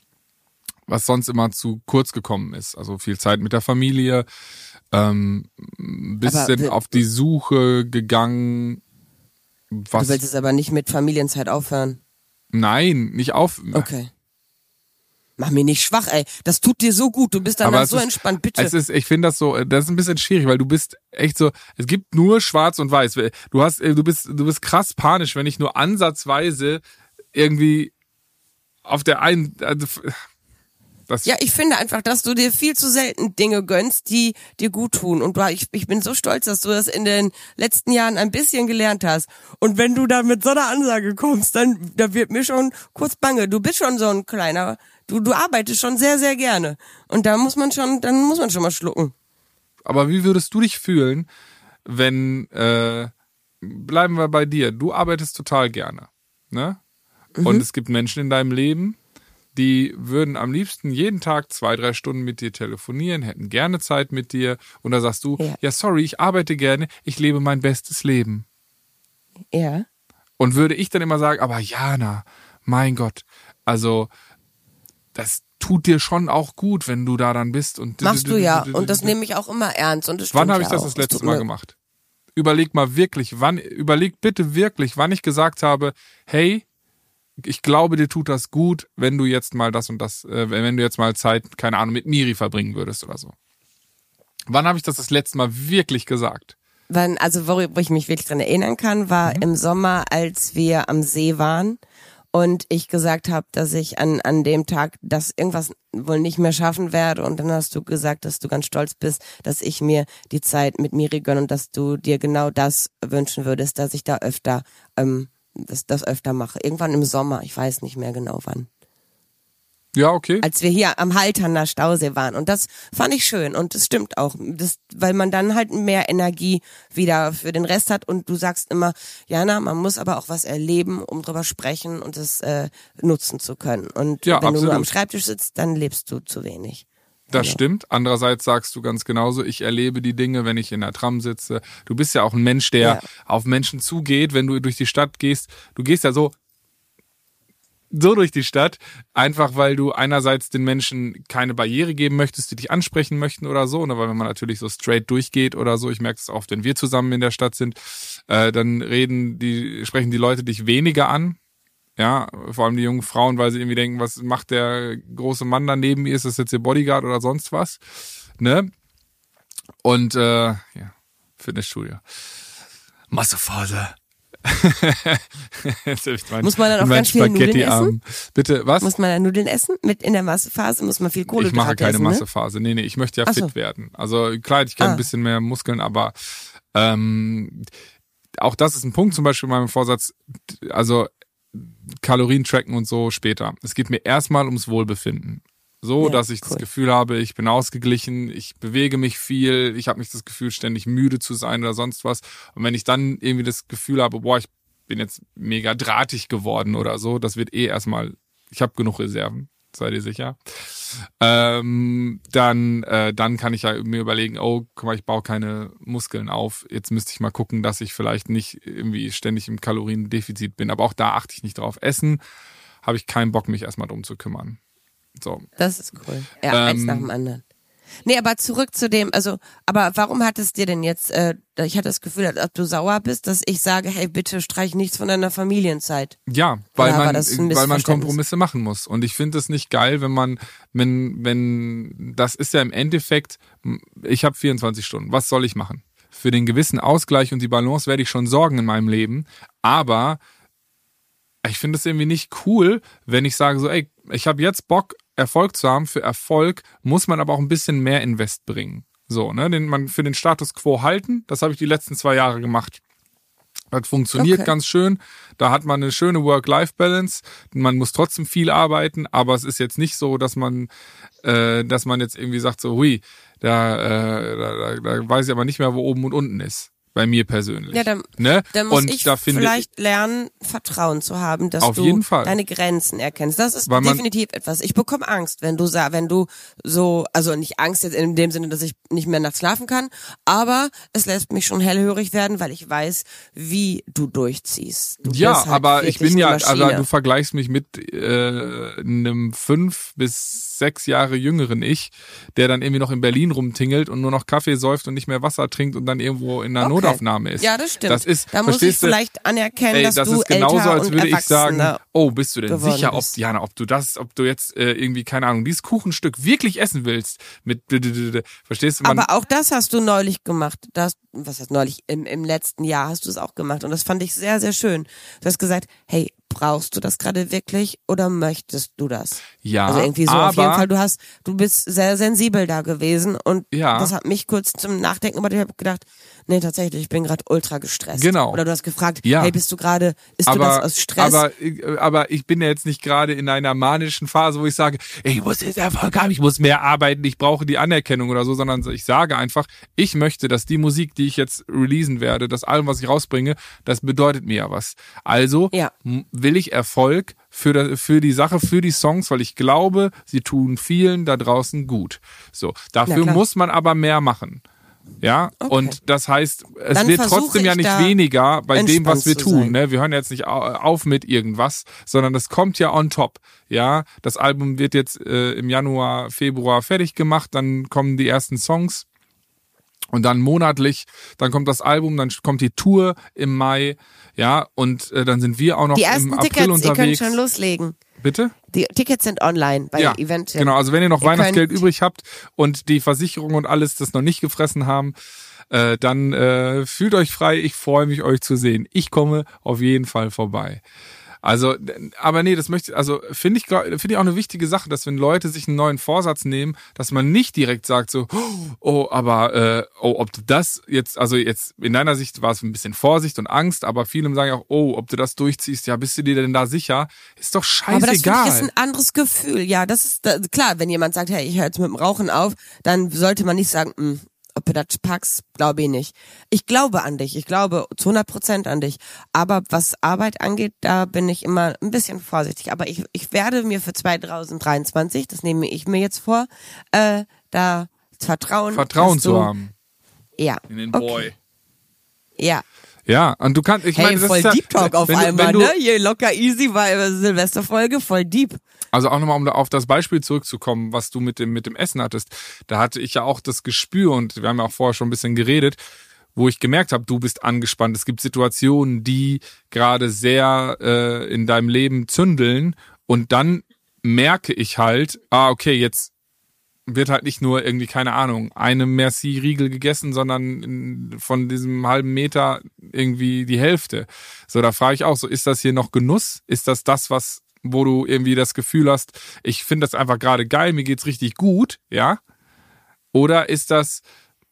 S2: was sonst immer zu kurz gekommen ist. Also viel Zeit mit der Familie, ähm, ein bisschen
S1: Aber,
S2: auf die Suche gegangen. Was?
S1: Du willst es aber nicht mit Familienzeit aufhören.
S2: Nein, nicht auf.
S1: Okay. Mach mich nicht schwach, ey. Das tut dir so gut. Du bist danach so
S2: ist,
S1: entspannt, bitte.
S2: Es ist, ich finde das so, das ist ein bisschen schwierig, weil du bist echt so, es gibt nur schwarz und weiß. Du hast, du bist, du bist krass panisch, wenn ich nur ansatzweise irgendwie auf der einen, also, das
S1: Ja, ich finde einfach, dass du dir viel zu selten Dinge gönnst, die dir gut tun. Und ich, ich bin so stolz, dass du das in den letzten Jahren ein bisschen gelernt hast. Und wenn du da mit so einer Ansage kommst, dann da wird mir schon kurz bange. Du bist schon so ein kleiner, du du arbeitest schon sehr, sehr gerne. Und da muss man schon, dann muss man schon mal schlucken.
S2: Aber wie würdest du dich fühlen, wenn, äh, bleiben wir bei dir, du arbeitest total gerne, ne? Mhm. Und es gibt Menschen in deinem Leben, die würden am liebsten jeden Tag zwei, drei Stunden mit dir telefonieren, hätten gerne Zeit mit dir. Und da sagst du, ja, ja sorry, ich arbeite gerne, ich lebe mein bestes Leben.
S1: Ja.
S2: Und würde ich dann immer sagen, aber Jana, mein Gott, also das tut dir schon auch gut, wenn du da dann bist. Und
S1: machst du ja. Und das nehme ich auch immer ernst. Und das
S2: wann habe ich
S1: ja
S2: das
S1: auch.
S2: das letzte Mal gemacht? Überleg mal wirklich, wann, überleg bitte wirklich, wann ich gesagt habe, hey, ich glaube, dir tut das gut, wenn du jetzt mal das und das, äh, wenn du jetzt mal Zeit, keine Ahnung, mit Miri verbringen würdest oder so. Wann habe ich das das letzte Mal wirklich gesagt?
S1: Wann, also worüber ich mich wirklich dran erinnern kann, war mhm. im Sommer, als wir am See waren und ich gesagt habe, dass ich an an dem Tag das irgendwas wohl nicht mehr schaffen werde. Und dann hast du gesagt, dass du ganz stolz bist, dass ich mir die Zeit mit Miri gönne und dass du dir genau das wünschen würdest, dass ich da öfter ähm, das, das öfter mache. Irgendwann im Sommer, ich weiß nicht mehr genau wann.
S2: Ja, okay.
S1: Als wir hier am Halterner Stausee waren. Und das fand ich schön. Und das stimmt auch. Das, weil man dann halt mehr Energie wieder für den Rest hat. Und du sagst immer, Jana, man muss aber auch was erleben, um drüber sprechen und es äh, nutzen zu können. Und
S2: ja,
S1: wenn
S2: absolut.
S1: du nur am Schreibtisch sitzt, dann lebst du zu wenig.
S2: Das
S1: ja.
S2: stimmt. Andererseits sagst du ganz genauso, ich erlebe die Dinge, wenn ich in der Tram sitze. Du bist ja auch ein Mensch, der ja. auf Menschen zugeht, wenn du durch die Stadt gehst. Du gehst ja so so durch die Stadt, einfach weil du einerseits den Menschen keine Barriere geben möchtest, die dich ansprechen möchten oder so, ne? Weil wenn man natürlich so straight durchgeht oder so, ich merke es oft, wenn wir zusammen in der Stadt sind, äh, dann reden die, sprechen die Leute dich weniger an. Ja, vor allem die jungen Frauen, weil sie irgendwie denken, was macht der große Mann da neben mir? Ist das jetzt ihr Bodyguard oder sonst was? Ne? Und äh, ja, Fitnessstudio. Massephase.
S1: Muss man dann auch ganz viele Nudeln essen?
S2: Bitte, was?
S1: Muss man dann Nudeln essen? Mit in der Massephase muss man viel Kohlenhydrate
S2: essen? Ich mache keine
S1: essen,
S2: Massephase. Nee, nee, ich möchte ja
S1: Ach
S2: fit
S1: so.
S2: werden. Also klar, ich gerne
S1: Ah.
S2: ein bisschen mehr Muskeln, aber ähm, auch das ist ein Punkt zum Beispiel in meinem Vorsatz, also Kalorien tracken und so später. Es geht mir erstmal ums Wohlbefinden. So,
S1: Ja,
S2: dass ich
S1: cool.
S2: das Gefühl habe, ich bin ausgeglichen, ich bewege mich viel, ich habe nicht das Gefühl, ständig müde zu sein oder sonst was. Und wenn ich dann irgendwie das Gefühl habe, boah, ich bin jetzt mega drahtig geworden oder so, das wird eh erstmal, ich habe genug Reserven, seid ihr sicher. Ähm, dann, äh, dann kann ich ja mir überlegen, oh, guck mal, ich baue keine Muskeln auf. Jetzt müsste ich mal gucken, dass ich vielleicht nicht irgendwie ständig im Kaloriendefizit bin. Aber auch da achte ich nicht drauf. Essen habe ich keinen Bock, mich erstmal drum zu kümmern. So.
S1: Das ist cool. Ja, eins
S2: Ähm,
S1: nach dem anderen. Nee, aber zurück zu dem, also, aber warum hat es dir denn jetzt, äh, ich hatte das Gefühl, als ob du sauer bist, dass ich sage, hey, bitte streich nichts von deiner Familienzeit.
S2: Ja, weil
S1: Oder war
S2: man,
S1: das ein
S2: weil man
S1: Missverständnis?
S2: Kompromisse machen muss. Und ich finde es nicht geil, wenn man, wenn, wenn, das ist ja im Endeffekt, ich habe vierundzwanzig Stunden, was soll ich machen? Für den gewissen Ausgleich und die Balance werde ich schon sorgen in meinem Leben, aber ich finde es irgendwie nicht cool, wenn ich sage so, ey, ich habe jetzt Bock, Erfolg zu haben, für Erfolg muss man aber auch ein bisschen mehr Invest bringen. So, ne, den man für den Status quo halten, das habe ich die letzten zwei Jahre gemacht. Das funktioniert okay. ganz schön. Da hat man eine schöne Work-Life-Balance. Man muss trotzdem viel arbeiten, aber es ist jetzt nicht so, dass man, äh, dass man jetzt irgendwie sagt so, hui, da, äh, da, da, da weiß ich aber nicht mehr, wo oben und unten ist. Bei mir persönlich.
S1: Ja, dann,
S2: ne?
S1: dann muss
S2: und
S1: ich
S2: da finde
S1: vielleicht ich, lernen, Vertrauen zu haben, dass
S2: auf
S1: du
S2: jeden Fall.
S1: deine Grenzen erkennst. Das ist
S2: Weil
S1: definitiv etwas. Ich bekomme Angst, wenn du sa- wenn du so, also nicht Angst jetzt in dem Sinne, dass ich nicht mehr nachts schlafen kann, aber es lässt mich schon hellhörig werden, weil ich weiß, wie du durchziehst. Du
S2: ja,
S1: bist halt
S2: aber ich bin ja,
S1: also
S2: du vergleichst mich mit äh, einem fünf bis sechs Jahre jüngeren Ich, der dann irgendwie noch in Berlin rumtingelt und nur noch Kaffee säuft und nicht mehr Wasser trinkt und dann irgendwo in einer
S1: okay.
S2: Notaufnahme ist.
S1: Ja, das stimmt.
S2: Das ist,
S1: da muss ich vielleicht anerkennen,
S2: ey,
S1: dass
S2: das
S1: du
S2: ist genauso,
S1: älter
S2: als würde
S1: und
S2: ich sagen, oh, bist du denn sicher, ob,
S1: bist.
S2: Jana, ob du das, ob du jetzt äh, irgendwie, keine Ahnung, dieses Kuchenstück wirklich essen willst? Mit, verstehst du? Man,
S1: aber auch das hast du neulich gemacht. Das, was heißt neulich? Im, im letzten Jahr hast du es auch gemacht und das fand ich sehr, sehr schön. Du hast gesagt, hey, brauchst du das gerade wirklich oder möchtest du das?
S2: Ja,
S1: also irgendwie so
S2: aber,
S1: auf jeden Fall. Du hast, du bist sehr sensibel da gewesen und
S2: ja.
S1: das hat mich kurz zum Nachdenken gemacht. Ich habe gedacht, nee, tatsächlich, ich bin gerade ultra gestresst.
S2: Genau.
S1: Oder du hast gefragt,
S2: ja.
S1: hey, bist du gerade, isst
S2: aber,
S1: du das aus Stress?
S2: Aber, aber ich bin ja jetzt nicht gerade in einer manischen Phase, wo ich sage, ich muss jetzt Erfolg haben, ich muss mehr arbeiten, ich brauche die Anerkennung oder so, sondern ich sage einfach, ich möchte, dass die Musik, die ich jetzt releasen werde, das Album, was ich rausbringe, das bedeutet mir ja was. Also
S1: ja.
S2: will ich Erfolg für, das, für die Sache, für die Songs, weil ich glaube, sie tun vielen da draußen gut. So, dafür muss man aber mehr machen. Ja, okay. Und das heißt, es Dann wird trotzdem ja nicht weniger bei dem, was wir tun. Ne? Wir hören jetzt nicht auf mit irgendwas, sondern das kommt ja on top. Ja, das Album wird jetzt äh, im Januar, Februar fertig gemacht, dann kommen die ersten Songs. Und dann monatlich, dann kommt das Album, dann kommt die Tour im Mai, ja, und äh, dann sind wir auch noch
S1: die ersten
S2: im April
S1: Tickets,
S2: unterwegs.
S1: Ihr könnt schon loslegen.
S2: Bitte?
S1: Die Tickets sind online bei
S2: ja,
S1: Event.
S2: Genau, also wenn ihr noch
S1: ihr
S2: Weihnachtsgeld übrig habt und die Versicherung und alles das noch nicht gefressen haben, äh, dann äh, fühlt euch frei, ich freue mich, euch zu sehen. Ich komme auf jeden Fall vorbei. Also, aber nee, das möchte, also finde ich, finde ich auch eine wichtige Sache, dass wenn Leute sich einen neuen Vorsatz nehmen, dass man nicht direkt sagt so, oh, aber äh, oh, ob du das jetzt, also jetzt in deiner Sicht war es ein bisschen Vorsicht und Angst, aber viele sagen auch, oh, ob du das durchziehst, ja, bist du dir denn da sicher? Ist doch scheißegal.
S1: Aber das finde ich ist ein anderes Gefühl, ja, das ist da, klar, wenn jemand sagt, hey, ich höre jetzt mit dem Rauchen auf, dann sollte man nicht sagen, mh, ob du das packst, glaube ich nicht. Ich glaube an dich, ich glaube zu hundert Prozent an dich. Aber was Arbeit angeht, da bin ich immer ein bisschen vorsichtig. Aber ich, ich werde mir für zwanzig dreiundzwanzig, das nehme ich mir jetzt vor, äh, da Vertrauen,
S2: Vertrauen zu haben.
S1: Ja.
S2: In den Boy.
S1: Okay. Ja.
S2: Ja, und du kannst, ich
S1: hey,
S2: meine, das
S1: voll
S2: ist ja,
S1: Deep Talk auf
S2: wenn,
S1: einmal,
S2: wenn du,
S1: ne? Hier locker easy war Silvesterfolge, voll deep.
S2: Also auch nochmal, um auf das Beispiel zurückzukommen, was du mit dem mit dem Essen hattest. Da hatte ich ja auch das Gespür, und wir haben ja auch vorher schon ein bisschen geredet, wo ich gemerkt habe, du bist angespannt. Es gibt Situationen, die gerade sehr äh, in deinem Leben zündeln, und dann merke ich halt, ah, okay, jetzt wird halt nicht nur irgendwie, keine Ahnung, eine Merci-Riegel gegessen, sondern von diesem halben Meter irgendwie die Hälfte. So, da frage ich auch so, ist das hier noch Genuss? Ist das das, was, wo du irgendwie das Gefühl hast, ich finde das einfach gerade geil, mir geht's richtig gut, ja? Oder ist das,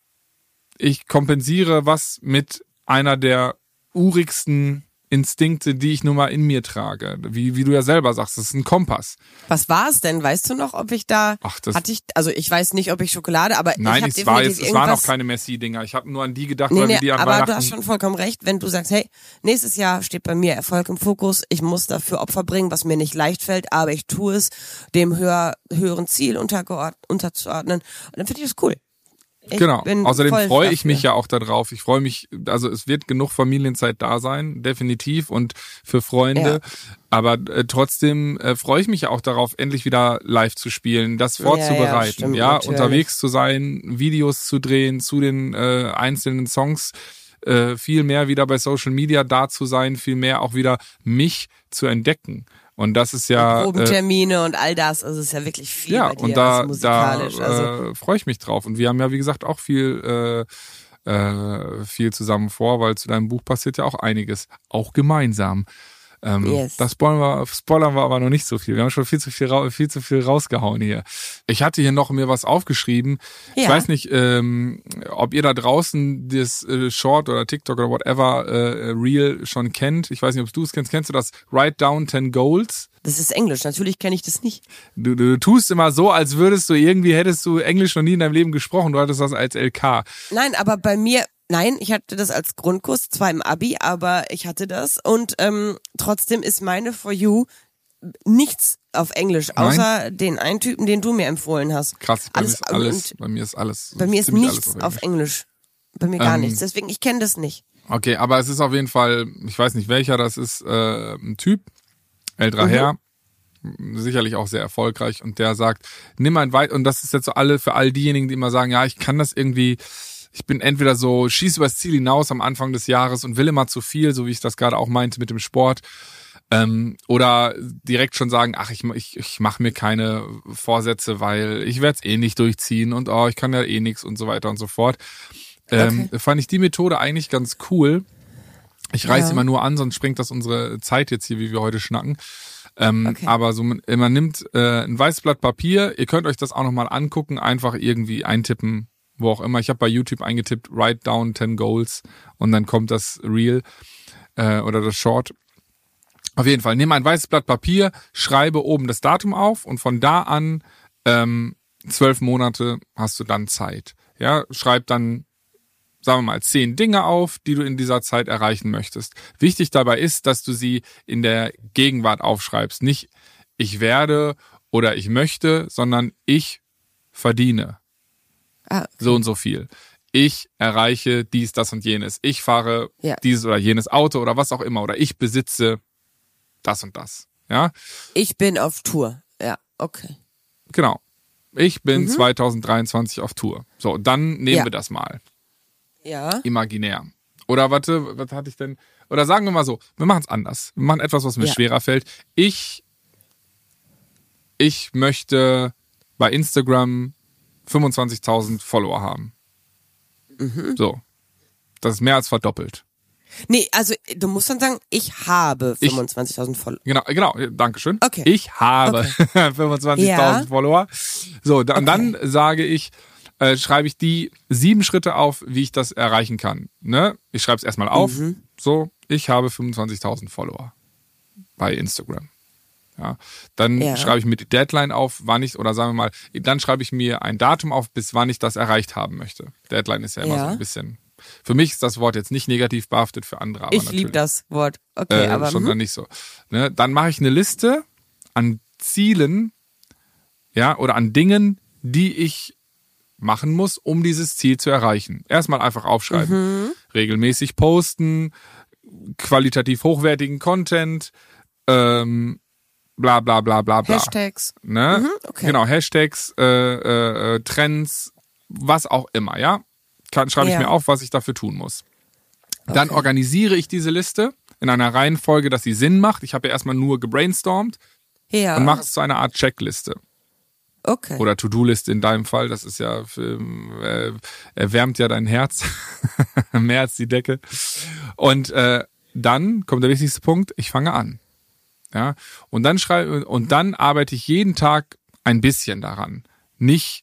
S2: ich kompensiere was mit einer der urigsten Instinkte, die ich nun mal in mir trage. Wie, wie du ja selber sagst, das ist ein Kompass.
S1: Was war es denn? Weißt du noch, ob ich da,
S2: Ach, das
S1: hatte ich, also ich weiß nicht, ob ich Schokolade, aber
S2: Nein,
S1: ich
S2: es, war
S1: definitiv
S2: jetzt, es waren auch keine Messi-Dinger. Ich habe nur an die gedacht,
S1: nee,
S2: weil
S1: nee,
S2: wir die an
S1: aber
S2: Weihnachten...
S1: du hast schon vollkommen recht, wenn du sagst, hey, nächstes Jahr steht bei mir Erfolg im Fokus, ich muss dafür Opfer bringen, was mir nicht leicht fällt, aber ich tue es, dem höher, höheren Ziel untergeordnet, unterzuordnen, und dann finde ich das cool. Ich
S2: genau. Außerdem freue ich
S1: dafür.
S2: mich ja auch darauf. Ich freue mich, also es wird genug Familienzeit da sein, definitiv, und für Freunde. Ja. Aber äh, trotzdem äh, freue ich mich ja auch darauf, endlich wieder live zu spielen, das vorzubereiten, ja, ja, stimmt, ja unterwegs zu sein, Videos zu drehen zu den äh, einzelnen Songs, äh, viel mehr wieder bei Social Media da zu sein, viel mehr auch wieder mich zu entdecken. Und das ist ja...
S1: Probentermine äh, und all das, also es ist ja wirklich viel
S2: ja,
S1: bei dir,
S2: und da,
S1: also musikalisch.
S2: da
S1: also.
S2: äh, freue ich mich drauf. Und wir haben ja, wie gesagt, auch viel, äh, äh, viel zusammen vor, weil zu deinem Buch passiert ja auch einiges, auch gemeinsam. Ähm,
S1: Yes.
S2: Das spoilern wir, spoilern wir aber noch nicht so viel. Wir haben schon viel zu viel, ra- viel zu viel rausgehauen hier. Ich hatte hier noch mir was aufgeschrieben.
S1: Ja.
S2: Ich weiß nicht, ähm, ob ihr da draußen das äh, Short oder TikTok oder whatever äh, Reel schon kennt. Ich weiß nicht, ob du es kennst. Kennst du das? Write down ten goals?
S1: Das ist Englisch, natürlich kenne ich das nicht.
S2: Du, du, du tust immer so, als würdest du irgendwie, hättest du Englisch noch nie in deinem Leben gesprochen. Du hattest das als L K.
S1: Nein, aber bei mir, nein, ich hatte das als Grundkurs, zwar im Abi, aber ich hatte das und ähm, trotzdem ist meine For You nichts auf Englisch, außer
S2: Nein?
S1: den einen Typen, den du mir empfohlen hast.
S2: Krass, bei
S1: Alles-
S2: mir ist alles,
S1: und-
S2: bei mir ist alles.
S1: Bei mir ist
S2: ziemlich
S1: nichts
S2: alles
S1: auf Englisch. Bei mir gar
S2: Ähm,
S1: nichts, deswegen, ich kenne das nicht.
S2: Okay, aber es ist auf jeden Fall, ich weiß nicht welcher, das ist äh, ein Typ, älterer
S1: Mhm.
S2: Herr, sicherlich auch sehr erfolgreich und der sagt, nimm ein weit, und das ist jetzt so alle, für all diejenigen, die immer sagen, ja, ich kann das irgendwie, ich bin entweder so, schieß übers Ziel hinaus am Anfang des Jahres und will immer zu viel, so wie ich das gerade auch meinte mit dem Sport, ähm, oder direkt schon sagen, ach, ich, ich, ich mache mir keine Vorsätze, weil ich werde es eh nicht durchziehen und oh, ich kann ja eh nichts und so weiter und so fort. Ähm,
S1: Okay.
S2: Fand ich die Methode eigentlich ganz cool. Ich reiß
S1: Ja.
S2: immer nur an, sonst sprengt das unsere Zeit jetzt hier, wie wir heute schnacken. Ähm,
S1: Okay.
S2: Aber so man, man nimmt äh, ein weißes Blatt Papier, ihr könnt euch das auch nochmal angucken, einfach irgendwie eintippen, wo auch immer. Ich habe bei YouTube eingetippt, write down ten goals und dann kommt das Reel äh, oder das Short. Auf jeden Fall, nimm ein weißes Blatt Papier, schreibe oben das Datum auf und von da an ähm, zwölf Monate hast du dann Zeit. Ja, schreib dann, sagen wir mal, zehn Dinge auf, die du in dieser Zeit erreichen möchtest. Wichtig dabei ist, dass du sie in der Gegenwart aufschreibst. Nicht ich werde oder ich möchte, sondern ich verdiene
S1: Ah,
S2: so und so viel. Ich erreiche dies, das und jenes. Ich fahre
S1: Ja.
S2: dieses oder jenes Auto oder was auch immer. Oder ich besitze das und das. Ja,
S1: ich bin auf Tour. Ja, okay.
S2: genau. Ich bin
S1: Mhm.
S2: zwanzig dreiundzwanzig auf Tour. So, dann nehmen
S1: Ja.
S2: wir das mal.
S1: Ja.
S2: Imaginär. Oder warte, was hatte ich denn? Oder sagen wir mal so, wir machen es anders. Wir machen etwas, was mir
S1: Ja.
S2: schwerer fällt. Ich, ich möchte bei Instagram fünfundzwanzigtausend Follower haben.
S1: Mhm.
S2: So. Das ist mehr als verdoppelt.
S1: Nee, also du musst dann sagen, ich habe
S2: Ich-
S1: fünfundzwanzigtausend Follower.
S2: Genau, genau, Dankeschön.
S1: Okay.
S2: Ich habe fünfundzwanzigtausend
S1: Ja.
S2: Follower. So, da, und
S1: Okay.
S2: dann sage ich, äh, schreibe ich die sieben Schritte auf, wie ich das erreichen kann. Ne? Ich schreibe es erstmal auf.
S1: Mhm.
S2: So, ich habe fünfundzwanzigtausend Follower bei Instagram. Ja, dann
S1: Ja.
S2: schreibe ich mir die Deadline auf, wann ich, oder sagen wir mal, dann schreibe ich mir ein Datum auf, bis wann ich das erreicht haben möchte. Deadline ist ja immer
S1: Ja.
S2: so ein bisschen, für mich ist das Wort jetzt nicht negativ behaftet, für andere aber
S1: Ich
S2: natürlich.
S1: liebe das Wort. Okay,
S2: Äh,
S1: aber
S2: schon
S1: hm,
S2: dann nicht so. Ne? Dann mache ich eine Liste an Zielen, ja, oder an Dingen, die ich machen muss, um dieses Ziel zu erreichen. Erstmal einfach aufschreiben.
S1: Mhm.
S2: Regelmäßig posten, qualitativ hochwertigen Content, ähm, bla bla bla bla bla.
S1: Hashtags.
S2: Ne?
S1: Mhm, okay.
S2: Genau, Hashtags, äh, äh, äh, Trends, was auch immer, ja. Kann, schreibe ich
S1: Ja.
S2: mir auf, was ich dafür tun muss. Dann
S1: Okay.
S2: organisiere ich diese Liste in einer Reihenfolge, dass sie Sinn macht. Ich habe ja erstmal nur gebrainstormt
S1: Ja.
S2: und mache es zu einer Art Checkliste.
S1: Okay.
S2: Oder To-Do-Liste in deinem Fall. Das ist ja, für, äh, erwärmt ja dein Herz. Mehr als die Decke. Und äh, dann kommt der wichtigste Punkt, ich fange an. Ja, und dann schreibe und dann arbeite ich jeden Tag ein bisschen daran. Nicht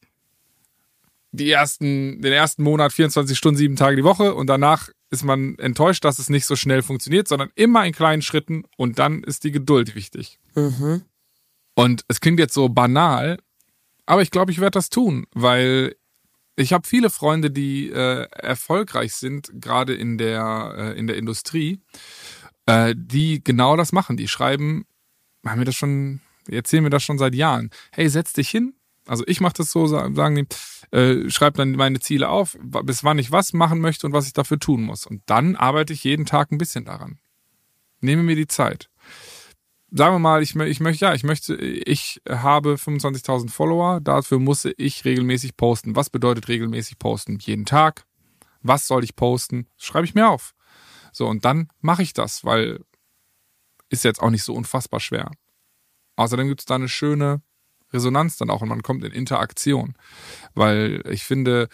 S2: die ersten, den ersten Monat vierundzwanzig Stunden, sieben Tage die Woche und danach ist man enttäuscht, dass es nicht so schnell funktioniert, sondern immer in kleinen Schritten und dann ist die Geduld wichtig.
S1: Mhm.
S2: Und es klingt jetzt so banal, aber ich glaube, ich werde das tun, weil ich habe viele Freunde, die äh, erfolgreich sind, gerade in der äh, in der Industrie, äh, die genau das machen. Die schreiben, haben mir das schon, die erzählen mir das schon seit Jahren. Hey, setz dich hin. Also ich mache das so, sagen die, äh, schreib dann meine Ziele auf, bis wann ich was machen möchte und was ich dafür tun muss. Und dann arbeite ich jeden Tag ein bisschen daran. Nehme mir die Zeit. Sagen wir mal, ich, ich möchte, ja, ich möchte, ich habe fünfundzwanzigtausend Follower, dafür muss ich regelmäßig posten. Was bedeutet regelmäßig posten? Jeden Tag. Was soll ich posten? Schreibe ich mir auf. So, und dann mache ich das, weil ist jetzt auch nicht so unfassbar schwer. Außerdem gibt es da eine schöne Resonanz dann auch und man kommt in Interaktion. Weil ich finde,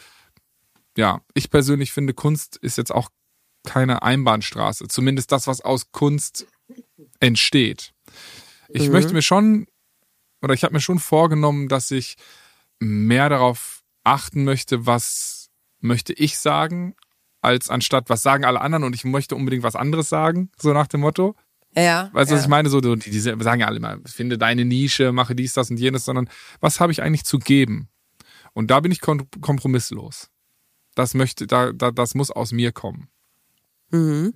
S2: ja, ich persönlich finde, Kunst ist jetzt auch keine Einbahnstraße. Zumindest das, was aus Kunst entsteht. Ich
S1: Mhm.
S2: möchte mir schon, oder ich habe mir schon vorgenommen, dass ich mehr darauf achten möchte, was möchte ich sagen, als anstatt, was sagen alle anderen und ich möchte unbedingt was anderes sagen, so nach dem Motto.
S1: Ja.
S2: Weißt du,
S1: ja.
S2: was ich meine? So, die, die sagen ja alle mal, finde deine Nische, mache dies, das und jenes, sondern was habe ich eigentlich zu geben? Und da bin ich kom- kompromisslos. Das möchte, da, da, das muss aus mir kommen.
S1: Mhm.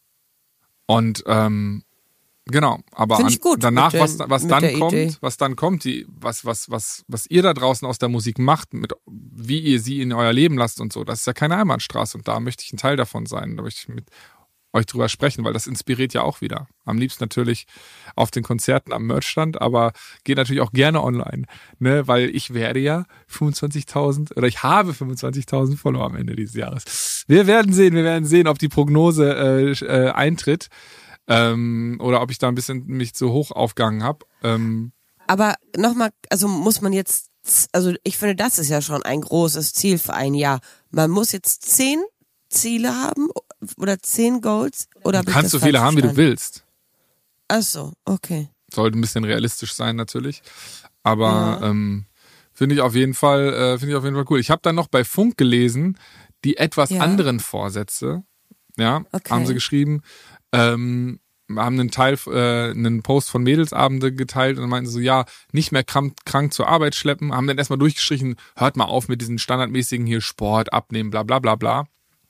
S2: Und ähm, genau, aber
S1: Find
S2: an,
S1: ich gut
S2: danach,
S1: mit der-
S2: was, was
S1: mit
S2: dann
S1: der
S2: kommt,
S1: Idee.
S2: was dann kommt, die, was, was, was, was ihr da draußen aus der Musik macht, mit wie ihr sie in euer Leben lasst und so, das ist ja keine Einbahnstraße und da möchte ich ein Teil davon sein. Da möchte ich mit euch drüber sprechen, weil das inspiriert ja auch wieder. Am liebsten natürlich auf den Konzerten am Merchstand, aber geht natürlich auch gerne online, ne, weil ich werde ja fünfundzwanzigtausend oder ich habe fünfundzwanzigtausend Follower am Ende dieses Jahres. Wir werden sehen, wir werden sehen, ob die Prognose äh, äh, eintritt ähm, oder ob ich da ein bisschen mich zu hoch aufgegangen habe. Ähm,
S1: Aber nochmal, also muss man jetzt, also ich finde, das ist ja schon ein großes Ziel für ein Jahr. Man muss jetzt zehn Ziele haben oder zehn Goals oder
S2: du kannst so viele haben, wie du willst.
S1: Ach so, okay.
S2: Sollte ein bisschen realistisch sein natürlich, aber
S1: Ja.
S2: ähm, finde ich auf jeden Fall, äh, finde ich auf jeden Fall cool. Ich habe dann noch bei Funk gelesen, die etwas
S1: Ja.
S2: anderen Vorsätze, ja,
S1: Okay.
S2: haben sie geschrieben, ähm, haben einen Teil, äh, einen Post von Mädelsabende geteilt und dann meinten sie so, ja, nicht mehr krank, krank zur Arbeit schleppen, haben dann erstmal durchgestrichen, hört mal auf mit diesen standardmäßigen hier Sport, abnehmen, bla bla bla bla,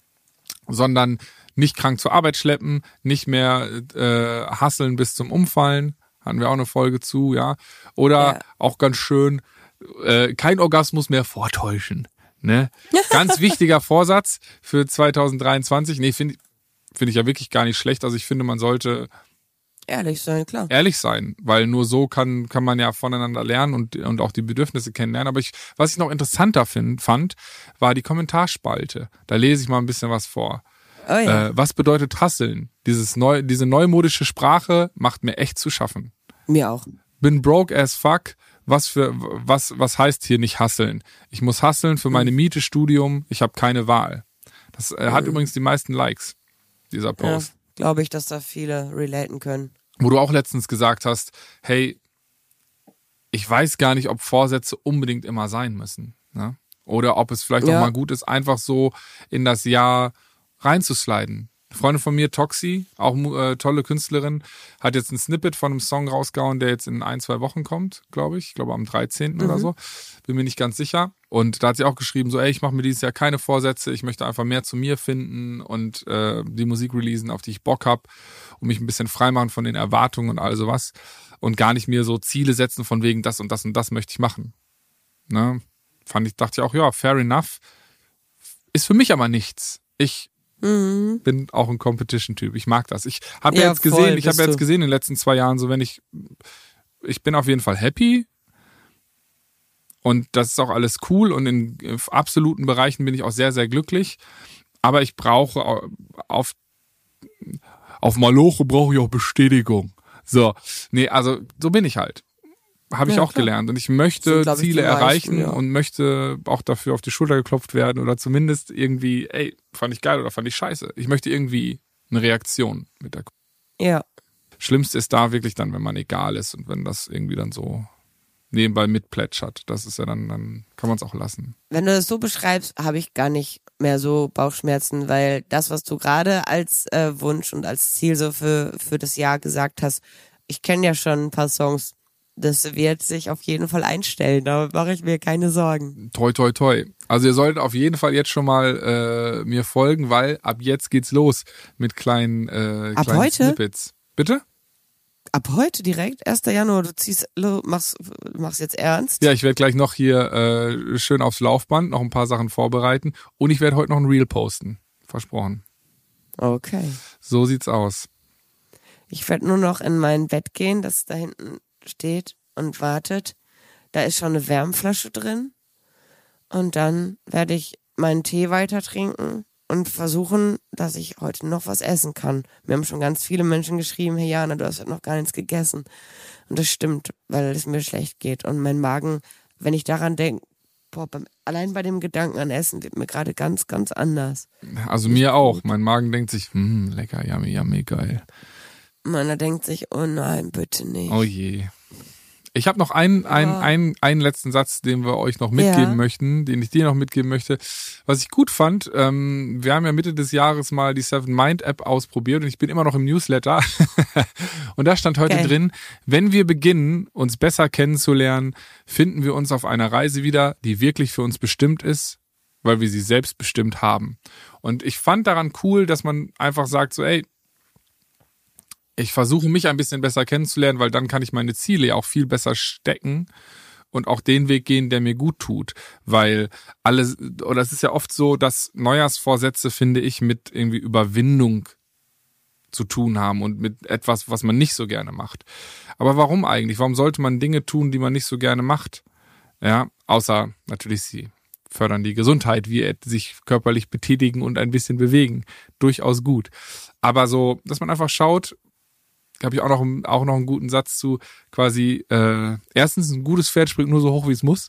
S2: sondern nicht krank zur Arbeit schleppen, nicht mehr äh, hasseln bis zum Umfallen, hatten wir auch eine Folge zu, ja, oder
S1: Ja.
S2: auch ganz schön, äh, kein Orgasmus mehr vortäuschen, ne? Ganz wichtiger Vorsatz für zwanzig dreiundzwanzig, nee, finde finde ich ja wirklich gar nicht schlecht, also ich finde, man sollte
S1: Ehrlich sein, klar.
S2: ehrlich sein, weil nur so kann kann man ja voneinander lernen und und auch die Bedürfnisse kennenlernen. Aber ich, was ich noch interessanter find, fand, war die Kommentarspalte. Da lese ich mal ein bisschen was vor.
S1: Oh ja,
S2: Äh, was bedeutet Hustlen? Dieses neu, diese neumodische Sprache macht mir echt zu schaffen.
S1: mir auch.
S2: Bin broke as fuck. Was für was was heißt hier nicht hustlen? Ich muss hustlen für meine Miete, Studium. Ich habe keine Wahl. Das äh, hat übrigens die meisten Likes, dieser
S1: Ja,
S2: Post.
S1: glaube ich, dass da viele relaten können.
S2: Wo du auch letztens gesagt hast, hey, ich weiß gar nicht, ob Vorsätze unbedingt immer sein müssen. Ne? Oder ob es vielleicht
S1: Ja.
S2: auch mal gut ist, einfach so in das Jahr reinzusliden. Eine Freundin von mir, Toxi, auch äh, tolle Künstlerin, hat jetzt ein Snippet von einem Song rausgehauen, der jetzt in ein, zwei Wochen kommt, glaube ich. Ich glaube am dreizehnten oder so. Bin mir nicht ganz sicher. Und da hat sie auch geschrieben, so, ey, ich mache mir dieses Jahr keine Vorsätze, ich möchte einfach mehr zu mir finden und äh, die Musik releasen, auf die ich Bock hab und mich ein bisschen freimachen von den Erwartungen und all sowas. Und gar nicht mir so Ziele setzen von wegen das und das und das möchte ich machen. Ne? Fand ich, dachte ich auch, ja, fair enough. Ist für mich aber nichts. Ich
S1: Mhm.
S2: bin auch ein Competition-Typ. Ich mag das. Ich habe
S1: Ja,
S2: ja, jetzt
S1: voll
S2: gesehen, ich habe
S1: bist
S2: ja jetzt
S1: du.
S2: gesehen in den letzten zwei Jahren, so wenn ich, ich bin auf jeden Fall happy und das ist auch alles cool und in absoluten Bereichen bin ich auch sehr, sehr glücklich. Aber ich brauche au- auf, auf Maloche brauche ich auch Bestätigung. So, nee, also so bin ich halt. Habe ich
S1: Ja,
S2: auch
S1: klar.
S2: gelernt und ich
S1: Sind,
S2: möchte
S1: glaub ich,
S2: Ziele
S1: die meisten,
S2: erreichen
S1: ja.
S2: und möchte auch dafür auf die Schulter geklopft werden oder zumindest irgendwie, ey, fand ich geil oder fand ich scheiße. Ich möchte irgendwie eine Reaktion mit der.
S1: Ja.
S2: Schlimmste ist da wirklich dann, wenn man egal ist und wenn das irgendwie dann so nebenbei mitplätschert. Das ist ja dann, dann kann man es auch lassen.
S1: Wenn du das so beschreibst, habe ich gar nicht mehr so Bauchschmerzen, weil das, was du gerade als äh, Wunsch und als Ziel so für, für das Jahr gesagt hast, ich kenne ja schon ein paar Songs, das wird sich auf jeden Fall einstellen, da mache ich mir keine Sorgen.
S2: Toi, toi, toi. Also ihr solltet auf jeden Fall jetzt schon mal äh, mir folgen, weil ab jetzt geht's los mit kleinen, äh,
S1: Ab
S2: kleinen
S1: heute?
S2: Snippets. Bitte?
S1: Ab heute direkt, erster Januar, du ziehst, du machst, machst jetzt ernst?
S2: Ja, ich werde gleich noch hier äh, schön aufs Laufband noch ein paar Sachen vorbereiten und ich werde heute noch ein Reel posten. Versprochen.
S1: Okay.
S2: So sieht's aus.
S1: Ich werde nur noch in mein Bett gehen, das da hinten steht und wartet. Da ist schon eine Wärmflasche drin. Und dann werde ich meinen Tee weiter trinken und versuchen, dass ich heute noch was essen kann. Mir haben schon ganz viele Menschen geschrieben, hey Jana, du hast heute noch gar nichts gegessen. Und das stimmt, weil es mir schlecht geht. Und mein Magen, wenn ich daran denke, boah, beim, allein bei dem Gedanken an Essen wird mir gerade ganz, ganz anders.
S2: Also mir auch. Mein Magen denkt sich, hm, lecker, yummy, yummy, geil.
S1: Meiner denkt sich, oh nein, bitte nicht.
S2: Oh je. Ich habe noch einen, einen, oh. einen, einen letzten Satz, den wir euch noch mitgeben ja. möchten, den ich dir noch mitgeben möchte. Was ich gut fand, ähm, wir haben ja Mitte des Jahres mal die Seven Mind App ausprobiert und ich bin immer noch im Newsletter. Und da stand heute okay. drin, wenn wir beginnen, uns besser kennenzulernen, finden wir uns auf einer Reise wieder, die wirklich für uns bestimmt ist, weil wir sie selbst bestimmt haben. Und ich fand daran cool, dass man einfach sagt so, ey, ich versuche mich ein bisschen besser kennenzulernen, weil dann kann ich meine Ziele auch viel besser stecken und auch den Weg gehen, der mir gut tut. Weil alles, oder es ist ja oft so, dass Neujahrsvorsätze, finde ich, mit irgendwie Überwindung zu tun haben und mit etwas, was man nicht so gerne macht. Aber warum eigentlich? Warum sollte man Dinge tun, die man nicht so gerne macht? Ja, außer natürlich sie fördern die Gesundheit, wie sich körperlich betätigen und ein bisschen bewegen. Durchaus gut. Aber so, dass man einfach schaut, habe ich auch noch, auch noch einen guten Satz zu, quasi, äh, erstens, ein gutes Pferd springt nur so hoch, wie es muss.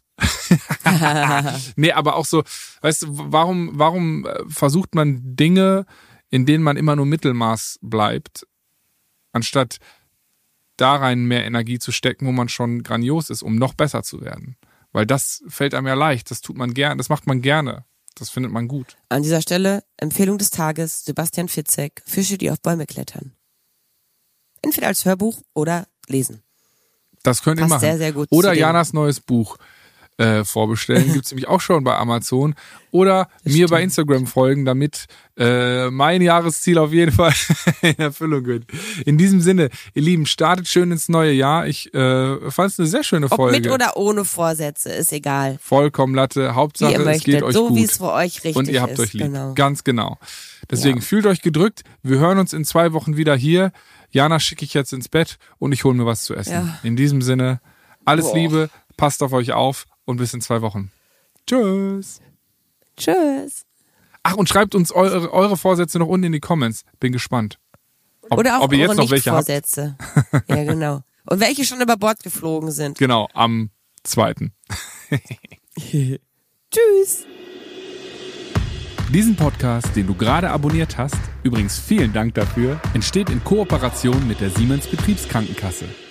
S2: Nee, aber auch so, weißt du, warum, warum versucht man Dinge, in denen man immer nur Mittelmaß bleibt, anstatt da rein mehr Energie zu stecken, wo man schon grandios ist, um noch besser zu werden? Weil das fällt einem ja leicht, das tut man gerne, das macht man gerne, das findet man gut.
S1: An dieser Stelle, Empfehlung des Tages, Sebastian Fitzek, Fische, die auf Bäume klettern. Entweder als Hörbuch oder lesen.
S2: Das könnt ihr machen. Sehr, sehr gut oder Janas neues Buch äh, vorbestellen. Gibt's nämlich auch schon bei Amazon. Oder das mir stimmt. Bei Instagram folgen, damit äh, mein Jahresziel auf jeden Fall in Erfüllung wird. In diesem Sinne, ihr Lieben, startet schön ins neue Jahr. Ich äh, fand es eine sehr schöne
S1: Ob
S2: Folge.
S1: Mit oder ohne Vorsätze, ist egal.
S2: Vollkommen Latte. Hauptsache, es
S1: möchtet,
S2: geht euch
S1: so,
S2: gut.
S1: So wie es für euch richtig ist.
S2: Und ihr habt
S1: ist,
S2: euch lieb.
S1: Genau.
S2: Ganz genau. Deswegen
S1: ja.
S2: fühlt euch gedrückt. Wir hören uns in zwei Wochen wieder hier. Jana schicke ich jetzt ins Bett und ich hole mir was zu essen. Ja. In diesem Sinne, alles Boah. Liebe, passt auf euch auf und bis in zwei Wochen. Tschüss.
S1: Tschüss.
S2: Ach, und schreibt uns eure, eure Vorsätze noch unten in die Comments. Bin gespannt. Ob,
S1: Oder auch
S2: ob ihr jetzt
S1: eure
S2: noch welche
S1: Vorsätze. Habt. Ja, genau. Und welche schon über Bord geflogen sind.
S2: Genau, am zweiten
S1: Tschüss.
S2: Diesen Podcast, den du gerade abonniert hast, übrigens vielen Dank dafür, entsteht in Kooperation mit der Siemens Betriebskrankenkasse.